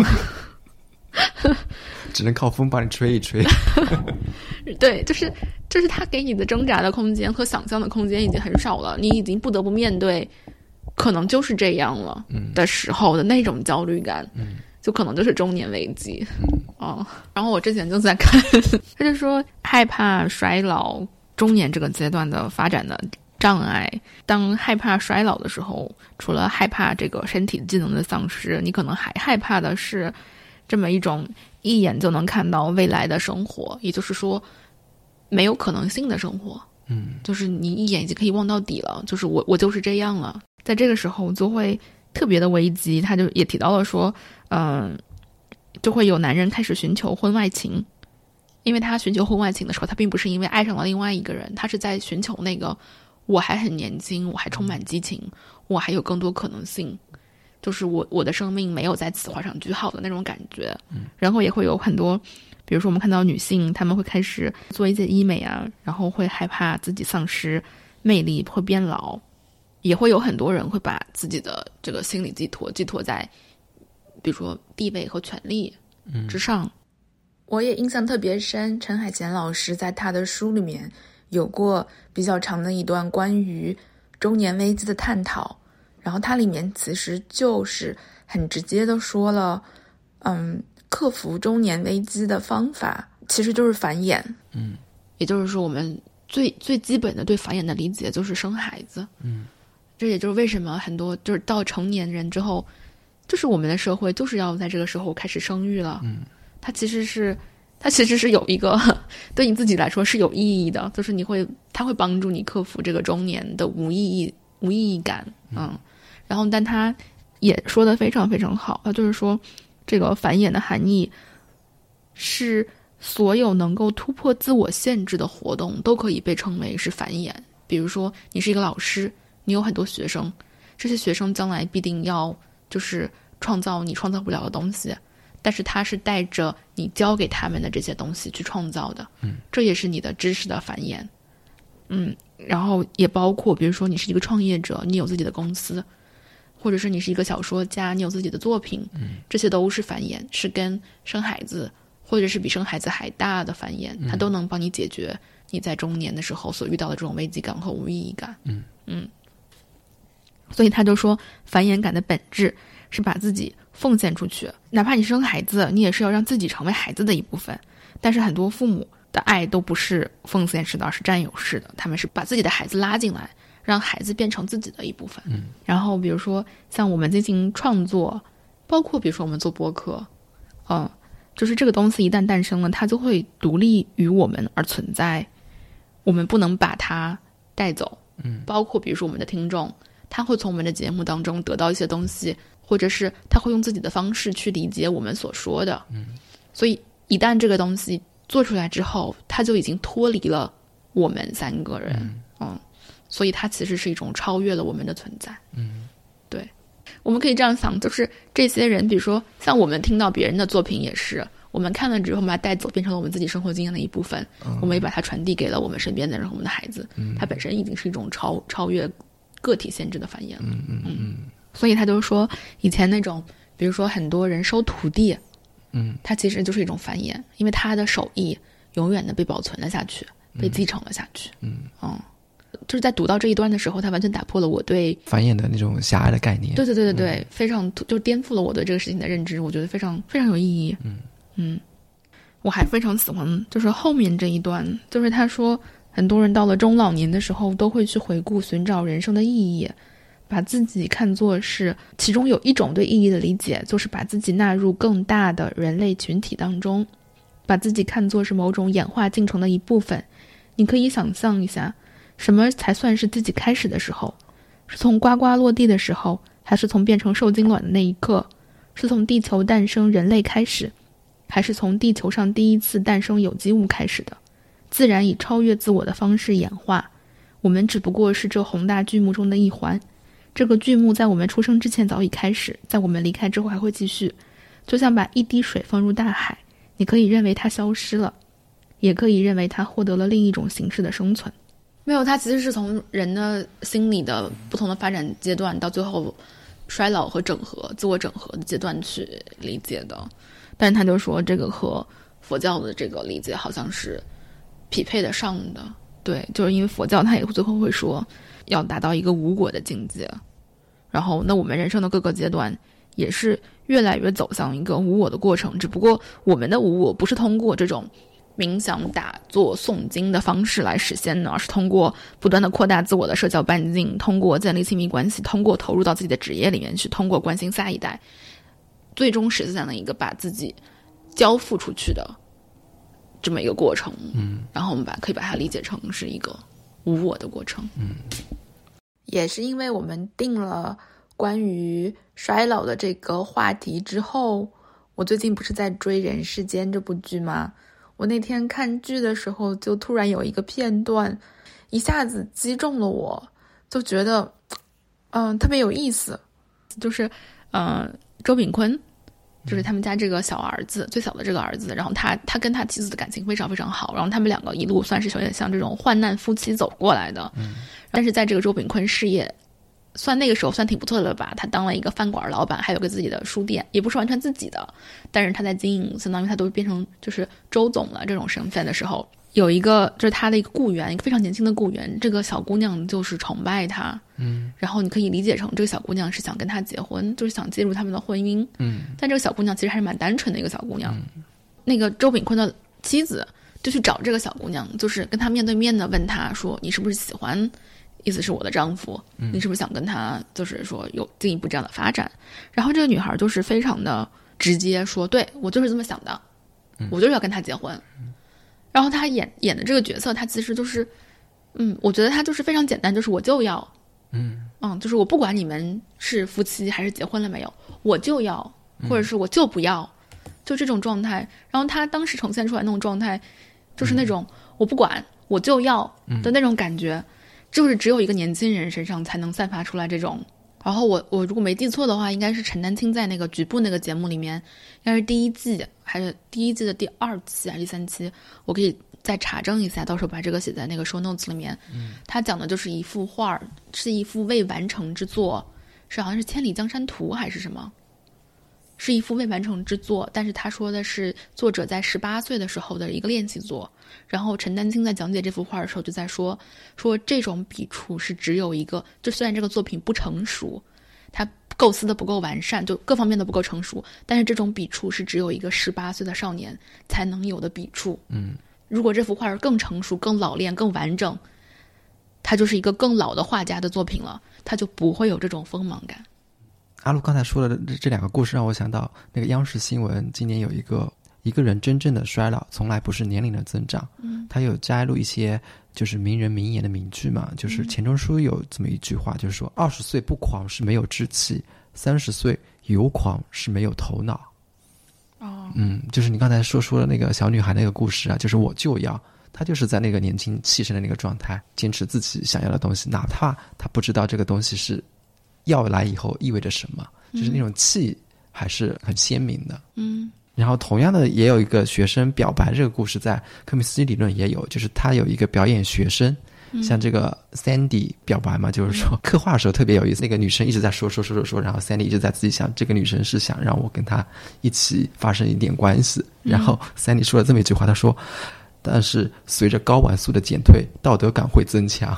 只能靠风把你吹一吹。 对，就是就是他给你的挣扎的空间和想象的空间已经很少了，你已经不得不面对可能就是这样了的时候的那种焦虑感， 嗯， 就可能就是中年危机。嗯，哦，然后我之前就在看，他就说害怕衰老，中年这个阶段的发展的障碍。当害怕衰老的时候，除了害怕这个身体机能的丧失，你可能还害怕的是这么一种一眼就能看到未来的生活，也就是说没有可能性的生活。 嗯， 就是你一眼已经可以望到底了，就是我我就是这样了。在这个时候就会特别的危机。他就也提到了说，嗯、呃，就会有男人开始寻求婚外情。因为他寻求婚外情的时候，他并不是因为爱上了另外一个人，他是在寻求那个我还很年轻，我还充满激情，我还有更多可能性，就是我我的生命没有在此画上句号的那种感觉。 嗯， 然后也会有很多，比如说我们看到女性，她们会开始做一些医美啊，然后会害怕自己丧失魅力，会变老。也会有很多人会把自己的这个心理寄托寄托在比如说地位和权力之上。嗯，我也印象特别深，陈海贤老师在他的书里面有过比较长的一段关于中年危机的探讨，然后它里面其实就是很直接的说了，嗯，克服中年危机的方法其实就是繁衍。 嗯， 也就是说我们最最基本的对繁衍的理解就是生孩子。 嗯， 这也就是为什么很多就是到成年人之后，就是我们的社会就是要在这个时候开始生育了。 嗯， 它其实是它其实是有一个对你自己来说是有意义的，就是你会它会帮助你克服这个中年的无意义无意义感。嗯，然后但他也说得非常非常好，他就是说这个繁衍的含义是所有能够突破自我限制的活动都可以被称为是繁衍。比如说你是一个老师，你有很多学生，这些学生将来必定要就是创造你创造不了的东西，但是他是带着你教给他们的这些东西去创造的。 嗯， 这也是你的知识的繁衍。嗯，然后也包括比如说你是一个创业者，你有自己的公司，或者是你是一个小说家，你有自己的作品。嗯，这些都是繁衍，是跟生孩子或者是比生孩子还大的繁衍，它都能帮你解决你在中年的时候所遇到的这种危机感和无意义感。 嗯嗯，所以他就说繁衍感的本质是把自己奉献出去，哪怕你生孩子，你也是要让自己成为孩子的一部分。但是很多父母的爱都不是奉献式的，而是占有式的，他们是把自己的孩子拉进来，让孩子变成自己的一部分。 嗯， 然后比如说像我们进行创作，包括比如说我们做播客，嗯，就是这个东西一旦诞生了，它就会独立于我们而存在，我们不能把它带走。 嗯， 包括比如说我们的听众，他会从我们的节目当中得到一些东西，或者是他会用自己的方式去理解我们所说的。 嗯， 所以一旦这个东西做出来之后，它就已经脱离了我们三个人。嗯，嗯，所以它其实是一种超越了我们的存在。 嗯， 对，我们可以这样想，就是这些人，比如说像我们听到别人的作品也是，我们看了之后把它带走，变成了我们自己生活经验的一部分。嗯，我们也把它传递给了我们身边的人和我们的孩子。嗯，它本身已经是一种超超越个体限制的繁衍了。 嗯嗯嗯。 所以他就说以前那种比如说很多人收徒弟， 嗯， 他其实就是一种繁衍，因为他的手艺永远的被保存了下去，被继承了下去。 嗯嗯，就是在读到这一段的时候，他完全打破了我对繁衍的那种狭隘的概念。 对对对对对，嗯、非常就颠覆了我对这个事情的认知，我觉得非常非常有意义。 嗯嗯，我还非常喜欢就是后面这一段，就是他说很多人到了中老年的时候都会去回顾寻找人生的意义，把自己看作是其中有一种对意义的理解，就是把自己纳入更大的人类群体当中，把自己看作是某种演化进程的一部分。你可以想象一下，什么才算是自己开始的时候？是从呱呱落地的时候，还是从变成受精卵的那一刻？是从地球诞生人类开始，还是从地球上第一次诞生有机物开始的？自然以超越自我的方式演化，我们只不过是这宏大剧目中的一环。这个剧目在我们出生之前早已开始，在我们离开之后还会继续。就像把一滴水放入大海，你可以认为它消失了，也可以认为它获得了另一种形式的生存。没有，它其实是从人的心理的不同的发展阶段到最后衰老和整合、自我整合的阶段去理解的。但是他就说这个和佛教的这个理解好像是匹配得上的。对，就是因为佛教它也最后会说要达到一个无我的境界，然后那我们人生的各个阶段也是越来越走向一个无我的过程，只不过我们的无我不是通过这种冥想、打坐、诵经的方式来实现的，而是通过不断的扩大自我的社交半径，通过建立亲密关系，通过投入到自己的职业里面去，通过关心下一代，最终实现了一个把自己交付出去的这么一个过程。 嗯， 然后我们把可以把它理解成是一个无我的过程。 嗯， 也是因为我们定了关于衰老的这个话题之后，我最近不是在追《人世间》这部剧吗？我那天看剧的时候，就突然有一个片段，一下子击中了我，就觉得，嗯，特别有意思。就是，呃，周秉昆，就是他们家这个小儿子，最小的这个儿子，然后他他跟他妻子的感情非常非常好，然后他们两个一路算是有点像这种患难夫妻走过来的。 嗯， 但是在这个周秉昆事业算那个时候算挺不错的了吧，他当了一个饭馆老板，还有个自己的书店，也不是完全自己的，但是他在经营，相当于他都变成就是周总了这种身份的时候，有一个就是他的一个雇员，一个非常年轻的雇员，这个小姑娘就是崇拜他， 嗯， 然后你可以理解成这个小姑娘是想跟他结婚，就是想介入他们的婚姻， 嗯， 但这个小姑娘其实还是蛮单纯的一个小姑娘， 嗯， 那个周秉昆的妻子就去找这个小姑娘，就是跟他面对面的问他说，你是不是喜欢，意思是我的丈夫，你是不是想跟他就是说有进一步这样的发展？然后这个女孩就是非常的直接说，对，我就是这么想的，我就是要跟他结婚。然后他演演的这个角色，他其实就是嗯我觉得他就是非常简单，就是我就要嗯嗯就是我不管你们是夫妻还是结婚了没有，我就要，或者是我就不要，就这种状态。然后他当时呈现出来那种状态就是那种我不管我就要的那种感觉，就是只有一个年轻人身上才能散发出来这种。然后我我如果没记错的话，应该是陈丹青在那个局部那个节目里面，应该是第一季还是第一季的第二期还是第三期，我可以再查证一下，到时候把这个写在那个 show notes 里面。 嗯， 他讲的就是一幅画，是一幅未完成之作，是好像是《千里江山图》还是什么，是一幅未完成之作，但是他说的是作者在十八岁的时候的一个练习作。然后陈丹青在讲解这幅画的时候就在说说这种笔触是只有一个，就虽然这个作品不成熟，它构思的不够完善，就各方面都不够成熟，但是这种笔触是只有一个十八岁的少年才能有的笔触。 嗯， 如果这幅画更成熟、更老练、更完整，它就是一个更老的画家的作品了，它就不会有这种锋芒感。 阿路刚才说的这两个故事让我想到那个央视新闻今年有一个一个人真正的衰老从来不是年龄的增长， 嗯， 他有摘录一些就是名人名言的名句嘛，就是钱钟书有这么一句话，就是说二十岁不狂是没有志气，三十岁有狂是没有头脑。 哦， 嗯，就是你刚才说说的那个小女孩那个故事啊，就是我就要，她就是在那个年轻气盛的那个状态，坚持自己想要的东西，哪怕她不知道这个东西是要来以后意味着什么，就是那种气还是很鲜明的。 嗯， 然后同样的也有一个学生表白这个故事在科米斯基理论也有，就是他有一个表演学生， 像这个 Sandy 表白嘛，就是说刻画的时候特别有意思，那个女生一直在说说说说说，然后 Sandy 一直在自己想，这个女生是想让我跟她一起发生一点关系，然后 Sandy 说了这么一句话，她说但是随着睾丸素的减退，道德感会增强。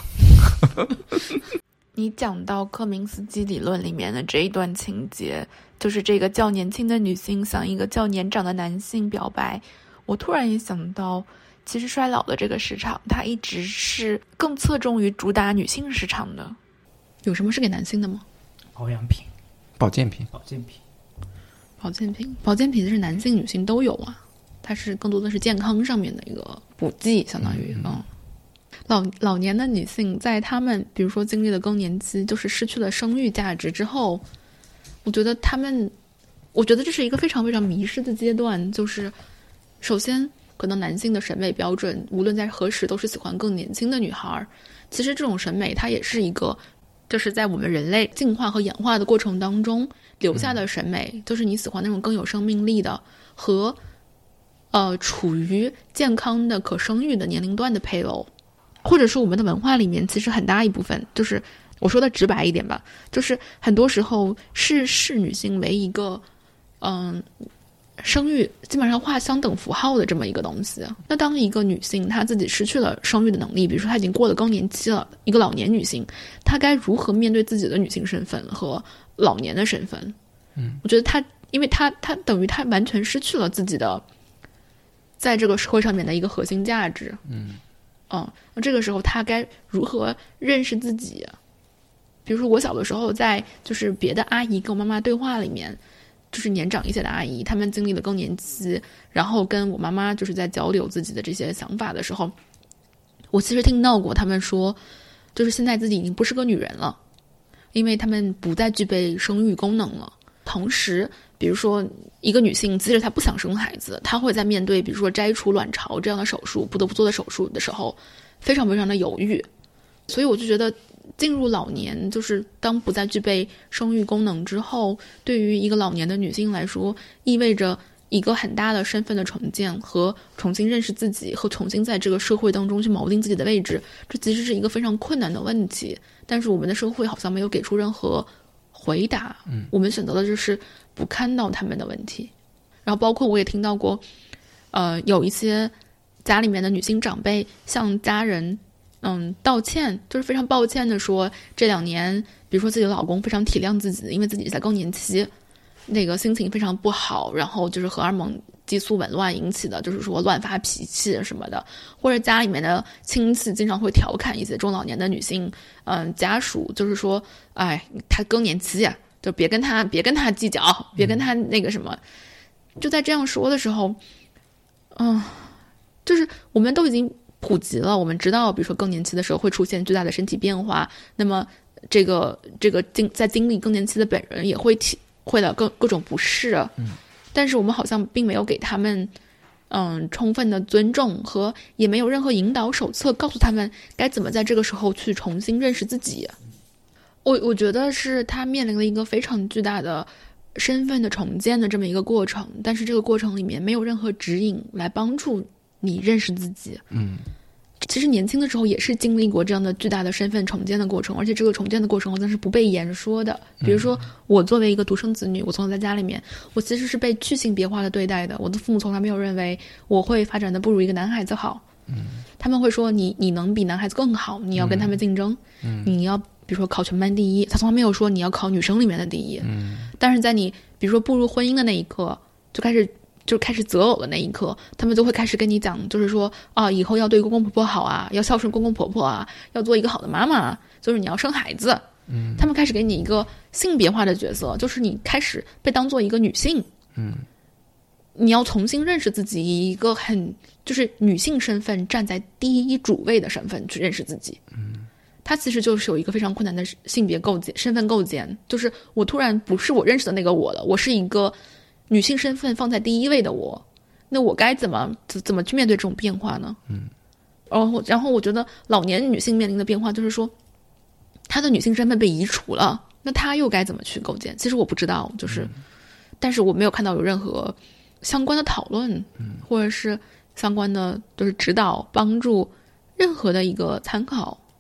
你讲到柯明斯基理论里面的这一段情节，就是这个较年轻的女性向一个较年长的男性表白，我突然也想到，其实衰老的这个市场它一直是更侧重于主打女性市场的。有什么是给男性的吗？ 保养品、 保健品、 保健品、 保健品、保健品是男性女性都有啊，它是更多的是健康上面的一个补剂，相当于嗯。嗯老老年的女性在她们比如说经历了更年期，就是失去了生育价值之后，我觉得她们我觉得这是一个非常非常迷失的阶段。就是首先可能男性的审美标准无论在何时都是喜欢更年轻的女孩，其实这种审美它也是一个就是在我们人类进化和演化的过程当中留下的审美，嗯、就是你喜欢那种更有生命力的和呃处于健康的可生育的年龄段的配偶。或者是我们的文化里面其实很大一部分，就是我说的直白一点吧，就是很多时候是视女性为一个嗯生育基本上画相等符号的这么一个东西。那当一个女性她自己失去了生育的能力，比如说她已经过了更年期了，一个老年女性，她该如何面对自己的女性身份和老年的身份？嗯，我觉得她因为她她等于她完全失去了自己的在这个社会上面的一个核心价值。嗯嗯，这个时候他该如何认识自己？比如说我小的时候在就是别的阿姨跟我妈妈对话里面，就是年长一些的阿姨，她们经历了更年期，然后跟我妈妈就是在交流自己的这些想法的时候，我其实听到过他们说，就是现在自己已经不是个女人了，因为他们不再具备生育功能了。同时比如说一个女性即使她不想生孩子，她会在面对比如说摘除卵巢这样的手术不得不做的手术的时候非常非常的犹豫。所以我就觉得进入老年，就是当不再具备生育功能之后，对于一个老年的女性来说，意味着一个很大的身份的重建和重新认识自己和重新在这个社会当中去锚定自己的位置，这其实是一个非常困难的问题。但是我们的社会好像没有给出任何回答，嗯，我们选择的就是不看到他们的问题。然后包括我也听到过呃，有一些家里面的女性长辈向家人嗯道歉，就是非常抱歉的说这两年比如说自己的老公非常体谅自己，因为自己在更年期那个心情非常不好，然后就是荷尔蒙激素紊乱引起的，就是说乱发脾气什么的。或者家里面的亲戚经常会调侃一些中老年的女性嗯家属，就是说哎她更年期啊，就别跟她别跟她计较，别跟她那个什么。就在这样说的时候嗯，就是我们都已经普及了，我们知道比如说更年期的时候会出现巨大的身体变化，那么这个这个经在经历更年期的本人也会体会到各各种不适，嗯，但是我们好像并没有给他们嗯充分的尊重，和也没有任何引导手册告诉他们该怎么在这个时候去重新认识自己。我我觉得是他面临了一个非常巨大的身份的重建的这么一个过程，但是这个过程里面没有任何指引来帮助你认识自己。嗯，其实年轻的时候也是经历过这样的巨大的身份重建的过程，而且这个重建的过程好像是不被言说的。比如说我作为一个独生子女，我从小在家里面，我其实是被去性别化的对待的，我的父母从来没有认为我会发展的不如一个男孩子好。嗯，他们会说你你能比男孩子更好，你要跟他们竞争，嗯，你要比如说考全班第一，他从来没有说你要考女生里面的第一。嗯，但是在你比如说步入婚姻的那一刻，就开始就开始择偶的那一刻，他们就会开始跟你讲，就是说啊，以后要对公公婆婆好啊，要孝顺公公婆婆啊，要做一个好的妈妈，就是你要生孩子。嗯，他们开始给你一个性别化的角色，就是你开始被当做一个女性。嗯，你要重新认识自己，以一个很就是女性身份站在第一主位的身份去认识自己。嗯，它其实就是有一个非常困难的性别构建、身份构建，就是我突然不是我认识的那个我了，我是一个女性身份放在第一位的我，那我该怎么怎么去面对这种变化呢？嗯，然后然后我觉得老年女性面临的变化就是说，她的女性身份被移除了，那她又该怎么去构建？其实我不知道，就是，嗯、但是我没有看到有任何相关的讨论，嗯，或者是相关的就是指导帮助任何的一个参考。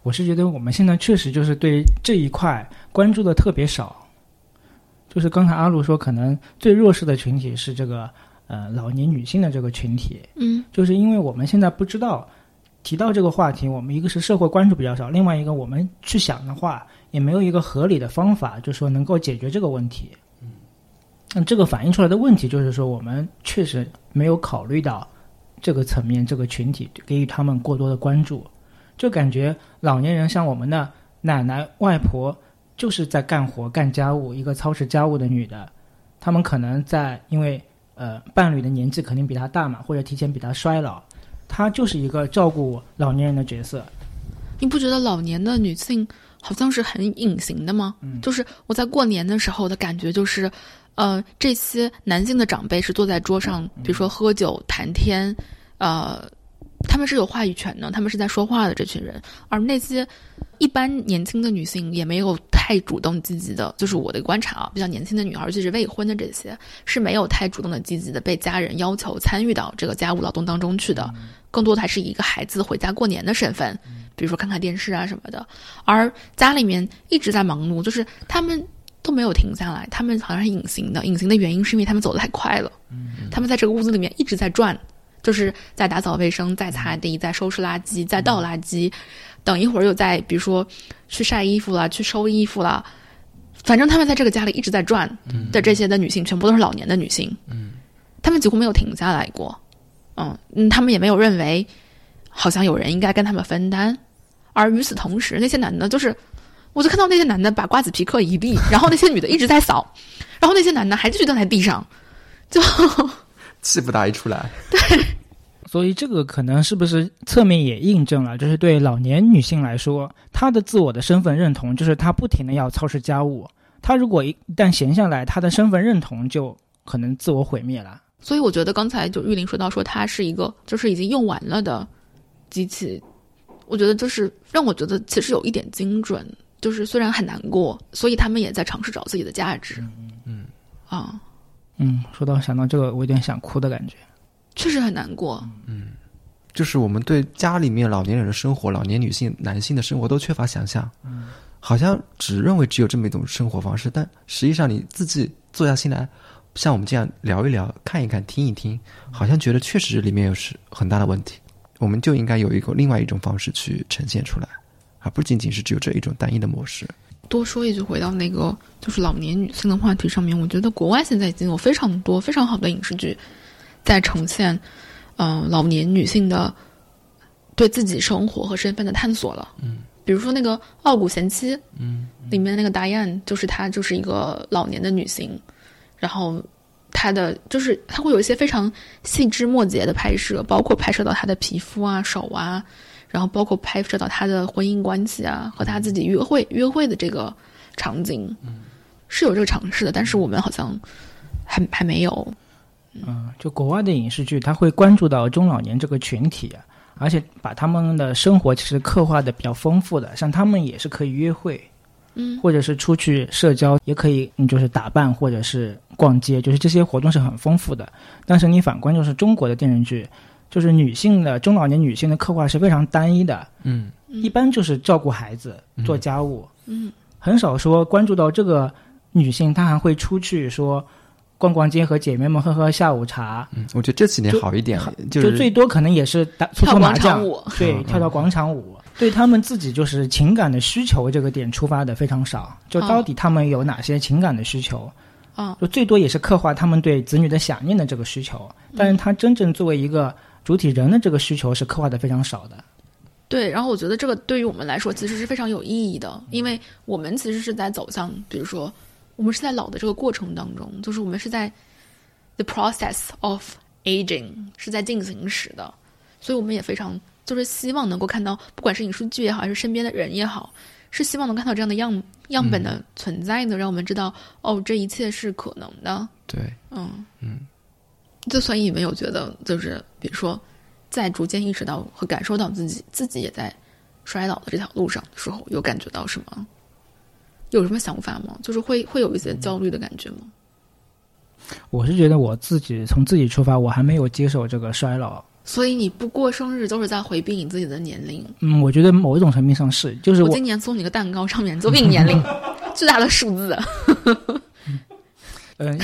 我是觉得我们现在确实就是对这一块关注的特别少。就是刚才阿鲁说，可能最弱势的群体是这个呃老年女性的这个群体。 嗯， 就是因为我们现在不知道提到这个话题，我们一个是社会关注比较少，另外一个我们去想的话，也没有一个合理的方法，就是说能够解决这个问题。嗯，那这个反映出来的问题就是说，我们确实没有考虑到这个层面，这个群体给予他们过多的关注，就感觉老年人像我们的奶奶、外婆。就是在干活干家务，一个操持家务的女的，她们可能在因为呃伴侣的年纪肯定比她大嘛，或者提前比她衰老，她就是一个照顾老年人的角色。 你不觉得老年的女性好像是很隐形的吗？嗯，就是我在过年的时候的感觉就是，呃，这些男性的长辈是坐在桌上，比如说喝酒谈天，呃。他们是有话语权的，他们是在说话的这群人，而那些一般年轻的女性也没有太主动积极的，就是我的观察啊，比较年轻的女孩，尤其是未婚的这些，是没有太主动的积极的被家人要求参与到这个家务劳动当中去的，更多的还是以一个孩子回家过年的身份，比如说看看电视啊什么的，而家里面一直在忙碌，就是他们都没有停下来，他们好像是隐形的，隐形的原因是因为他们走得太快了，他们在这个屋子里面一直在转。就是在打扫卫生，在擦地，在收拾垃圾，在倒垃圾，等一会儿又在比如说去晒衣服了，去收衣服了，反正他们在这个家里一直在转的这些的女性，全部都是老年的女性，嗯，他们几乎没有停下来过，嗯嗯，他们也没有认为好像有人应该跟他们分担，而与此同时，那些男的就是，我就看到那些男的把瓜子皮嗑一地，然后那些女的一直在扫，然后那些男的还继续蹲在地上，就气不打一处来， 对。 所以这个可能是不是侧面也印证了，就是对老年女性来说，她的自我的身份认同就是她不停的要操持家务，她如果一旦闲下来，她的身份认同就可能自我毁灭了。 所以我觉得刚才就玉林说到说她是一个就是已经用完了的机器，我觉得就是让我觉得其实有一点精准，就是虽然很难过，所以他们也在尝试找自己的价值。 嗯嗯啊嗯，说到想到这个，我有点想哭的感觉。 确实很难过， 嗯，就是我们对家里面老年人的生活、老年女性、男性的生活都缺乏想象，嗯，好像只认为只有这么一种生活方式，但实际上你自己坐下心来，像我们这样聊一聊、看一看、听一听，好像觉得确实里面有是很大的问题，我们就应该有一个另外一种方式去呈现出来，而不仅仅是只有这一种单一的模式。 多说一句，回到那个就是老年女性的话题上面，我觉得国外现在已经有非常多非常好的影视剧在呈现嗯、呃，老年女性的对自己生活和身份的探索了。嗯，比如说那个《傲骨贤妻》，嗯，里面那个达燕，就是她就是一个老年的女性，然后她的就是她会有一些非常细枝末节的拍摄，包括拍摄到她的皮肤啊、手啊，然后包括拍摄到她的婚姻关系啊，和她自己约会约会的这个场景，嗯，是有这个尝试的，但是我们好像还还没有。 嗯，就国外的影视剧，它会关注到中老年这个群体，而且把他们的生活其实刻画的比较丰富的，像他们也是可以约会，嗯，或者是出去社交，也可以，嗯，就是打扮或者是逛街，就是这些活动是很丰富的。但是你反观就是中国的电视剧，就是女性的中老年女性的刻画是非常单一的，嗯，一般就是照顾孩子、做家务，嗯，很少说关注到这个女性，她还会出去说。逛逛街和姐妹们喝喝下午茶， 嗯，我觉得这几年好一点， 就、 就是就最多可能也是打搓搓麻将，对， 嗯、 跳跳广场舞，嗯、对他们自己就是情感的需求这个点出发的非常少，就到底他们有哪些情感的需求，啊、嗯，就最多也是刻画他们对子女的想念的这个需求，但是他真正作为一个主体人的这个需求是刻画的非常少的。 对，然后我觉得这个对于我们来说其实是非常有意义的，因为我们其实是在走向，比如说。我们是在老的这个过程当中，就是我们是在 the process of aging 是在进行时的，所以我们也非常就是希望能够看到，不管是影视剧也好，还是身边的人也好，是希望能看到这样的样样本的存在的，嗯、让我们知道哦，这一切是可能的。 对， 嗯嗯，就所以你们有觉得，就是比如说，在逐渐意识到和感受到自己自己也在衰老的这条路上的时候，有感觉到什么？有什么想法吗？就是会会有一些焦虑的感觉吗？ 我是觉得我自己从自己出发，我还没有接受这个衰老所以你不过生日都是在回避你自己的年龄。 嗯，我觉得某一种层面上是，就是我, 我我今年送你个蛋糕，上面就你年龄巨大的数字。 嗯，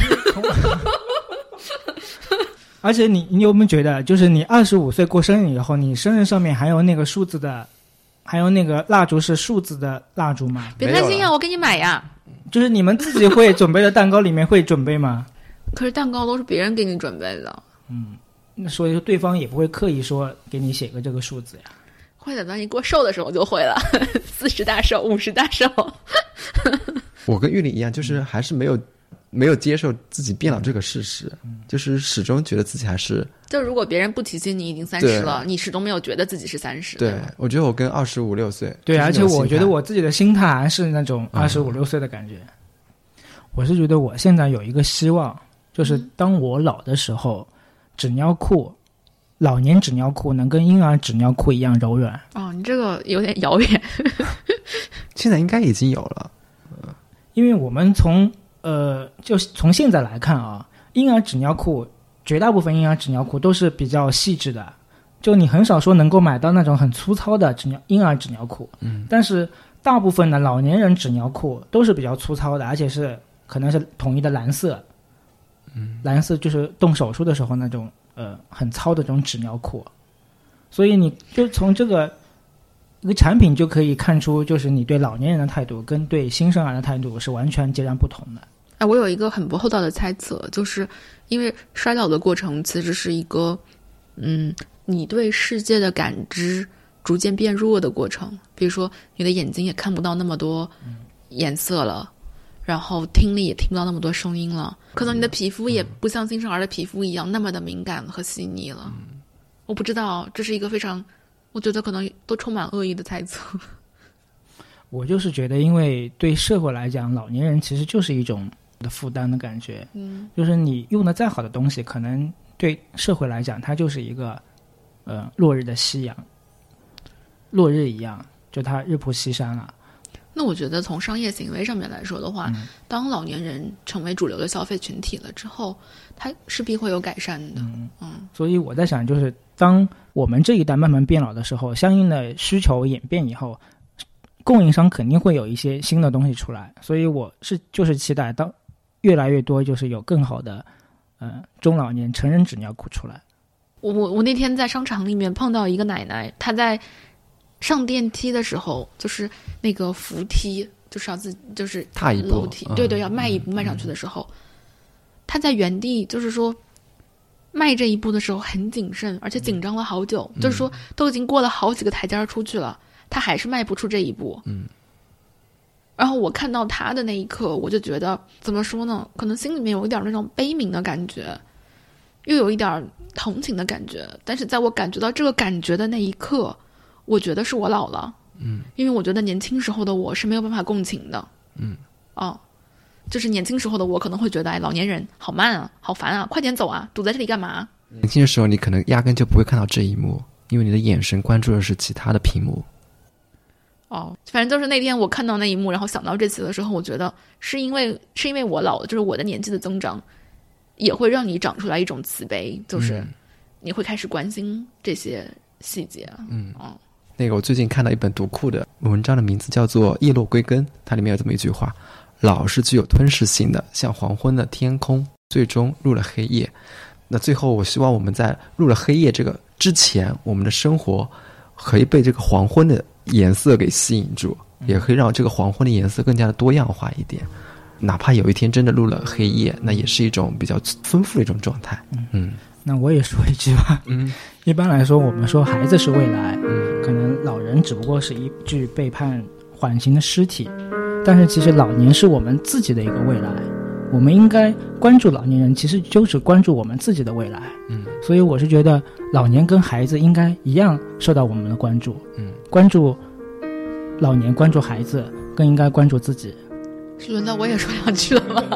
而且你你有没有觉得，就是你二十五岁过生日以后，你生日上面还有那个数字的，还有那个蜡烛是数字的蜡烛吗？ 别担心呀，我给你买呀。 就是你们自己会准备的蛋糕里面会准备吗？ 可是蛋糕都是别人给你准备的。 嗯，那所以说对方也不会刻意说给你写个这个数字呀。 会的，等你过寿的时候就会了，四十大寿，五十大寿。 我跟玉林一样，就是还是没有没有接受自己变老这个事实，嗯、就是始终觉得自己还是。 就如果别人不提醒你已经三十了，你始终没有觉得自己是三十。 对，我觉得我跟二十五六岁。 对，而且我觉得我自己的心态还是那种二十五六岁的感觉。嗯、我是觉得我现在有一个希望，就是当我老的时候，纸尿裤。老年纸尿裤能跟婴儿纸尿裤一样柔软。 哦，你这个有点遥远。 现在应该已经有了， 因为我们从呃，就从现在来看啊，婴儿纸尿裤绝大部分婴儿纸尿裤都是比较细致的，就你很少说能够买到那种很粗糙的纸尿婴儿纸尿裤。嗯，但是大部分的老年人纸尿裤都是比较粗糙的，而且是可能是统一的蓝色。嗯，蓝色就是动手术的时候那种。呃，很糙的这种纸尿裤，所以你就从这个一个产品就可以看出，就是你对老年人的态度跟对新生儿的态度是完全截然不同的。 哎，我有一个很不厚道的猜测，就是因为衰老的过程其实是一个，嗯，你对世界的感知逐渐变弱的过程。比如说，你的眼睛也看不到那么多颜色了。嗯，然后听力也听不到那么多声音了，可能你的皮肤也不像新生儿的皮肤一样那么的敏感和细腻了。嗯、我不知道，这是一个非常，我觉得可能都充满恶意的猜测。 我就是觉得，因为对社会来讲，老年人其实就是一种的负担的感觉。嗯，就是你用的再好的东西，可能对社会来讲，它就是一个呃落日的夕阳，落日一样，就它日薄西山了。 那我觉得从商业行为上面来说的话，嗯、当老年人成为主流的消费群体了之后，它势必会有改善的。嗯嗯， 所以我在想，就是当我们这一代慢慢变老的时候，相应的需求演变以后，供应商肯定会有一些新的东西出来。所以我是就是期待当越来越多，就是有更好的呃中老年成人纸尿裤出来。 我我我那天在商场里面碰到一个奶奶，她在上电梯的时候，就是那个扶梯，就是要自就是踏一步楼梯，对对，要迈一步迈上去的时候，他在原地就是说迈这一步的时候很谨慎，而且紧张了好久，嗯、就是说都已经过了好几个台阶出去了，他还是迈不出这一步。嗯。然后我看到他的那一刻，我就觉得怎么说呢？可能心里面有一点那种悲悯的感觉，又有一点同情的感觉。但是在我感觉到这个感觉的那一刻，我觉得是我老了，嗯，因为我觉得年轻时候的我是没有办法共情的，嗯，哦，就是年轻时候的我可能会觉得，哎，老年人好慢啊，好烦啊，快点走啊，堵在这里干嘛？ 年轻的时候你可能压根就不会看到这一幕，因为你的眼神关注的是其他的屏幕。 哦，反正就是那天我看到那一幕，然后想到这次的时候，我觉得是因为是因为我老了，就是我的年纪的增长，也会让你长出来一种慈悲，就是你会开始关心这些细节。嗯哦。 那个我最近看到一本读库的文章的名字叫做《叶落归根》，它里面有这么一句话：老是具有吞噬性的，像黄昏的天空，最终入了黑夜。那最后我希望我们在入了黑夜这个之前，我们的生活可以被这个黄昏的颜色给吸引住，也可以让这个黄昏的颜色更加的多样化一点。哪怕有一天真的入了黑夜，那也是一种比较丰富的一种状态。嗯嗯， 那我也说一句吧。嗯，一般来说，我们说孩子是未来，嗯，可能老人只不过是一具被判缓刑的尸体，但是其实老年是我们自己的一个未来。我们应该关注老年人，其实就是关注我们自己的未来。嗯，所以我是觉得老年跟孩子应该一样受到我们的关注。嗯，关注老年，关注孩子，更应该关注自己。 是轮到我也说两句了吗？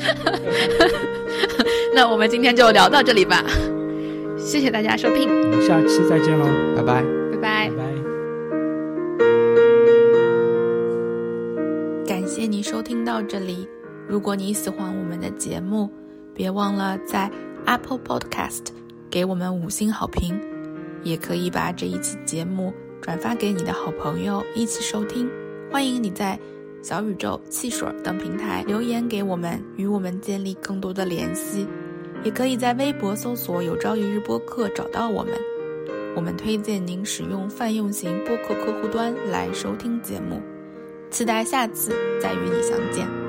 那我们今天就聊到这里吧，谢谢大家收听， 我们下期再见喽， 拜拜， 拜拜， 拜拜。 感谢你收听到这里，如果你喜欢我们的节目，别忘了在 Apple Podcast 给我们五星好评，也可以把这一期节目转发给你的好朋友一起收听。欢迎你在小宇宙、汽水等平台留言给我们，与我们建立更多的联系。也可以在微博搜索有朝一日播客找到我们。我们推荐您使用泛用型播客客户端来收听节目，期待下次再与你相见。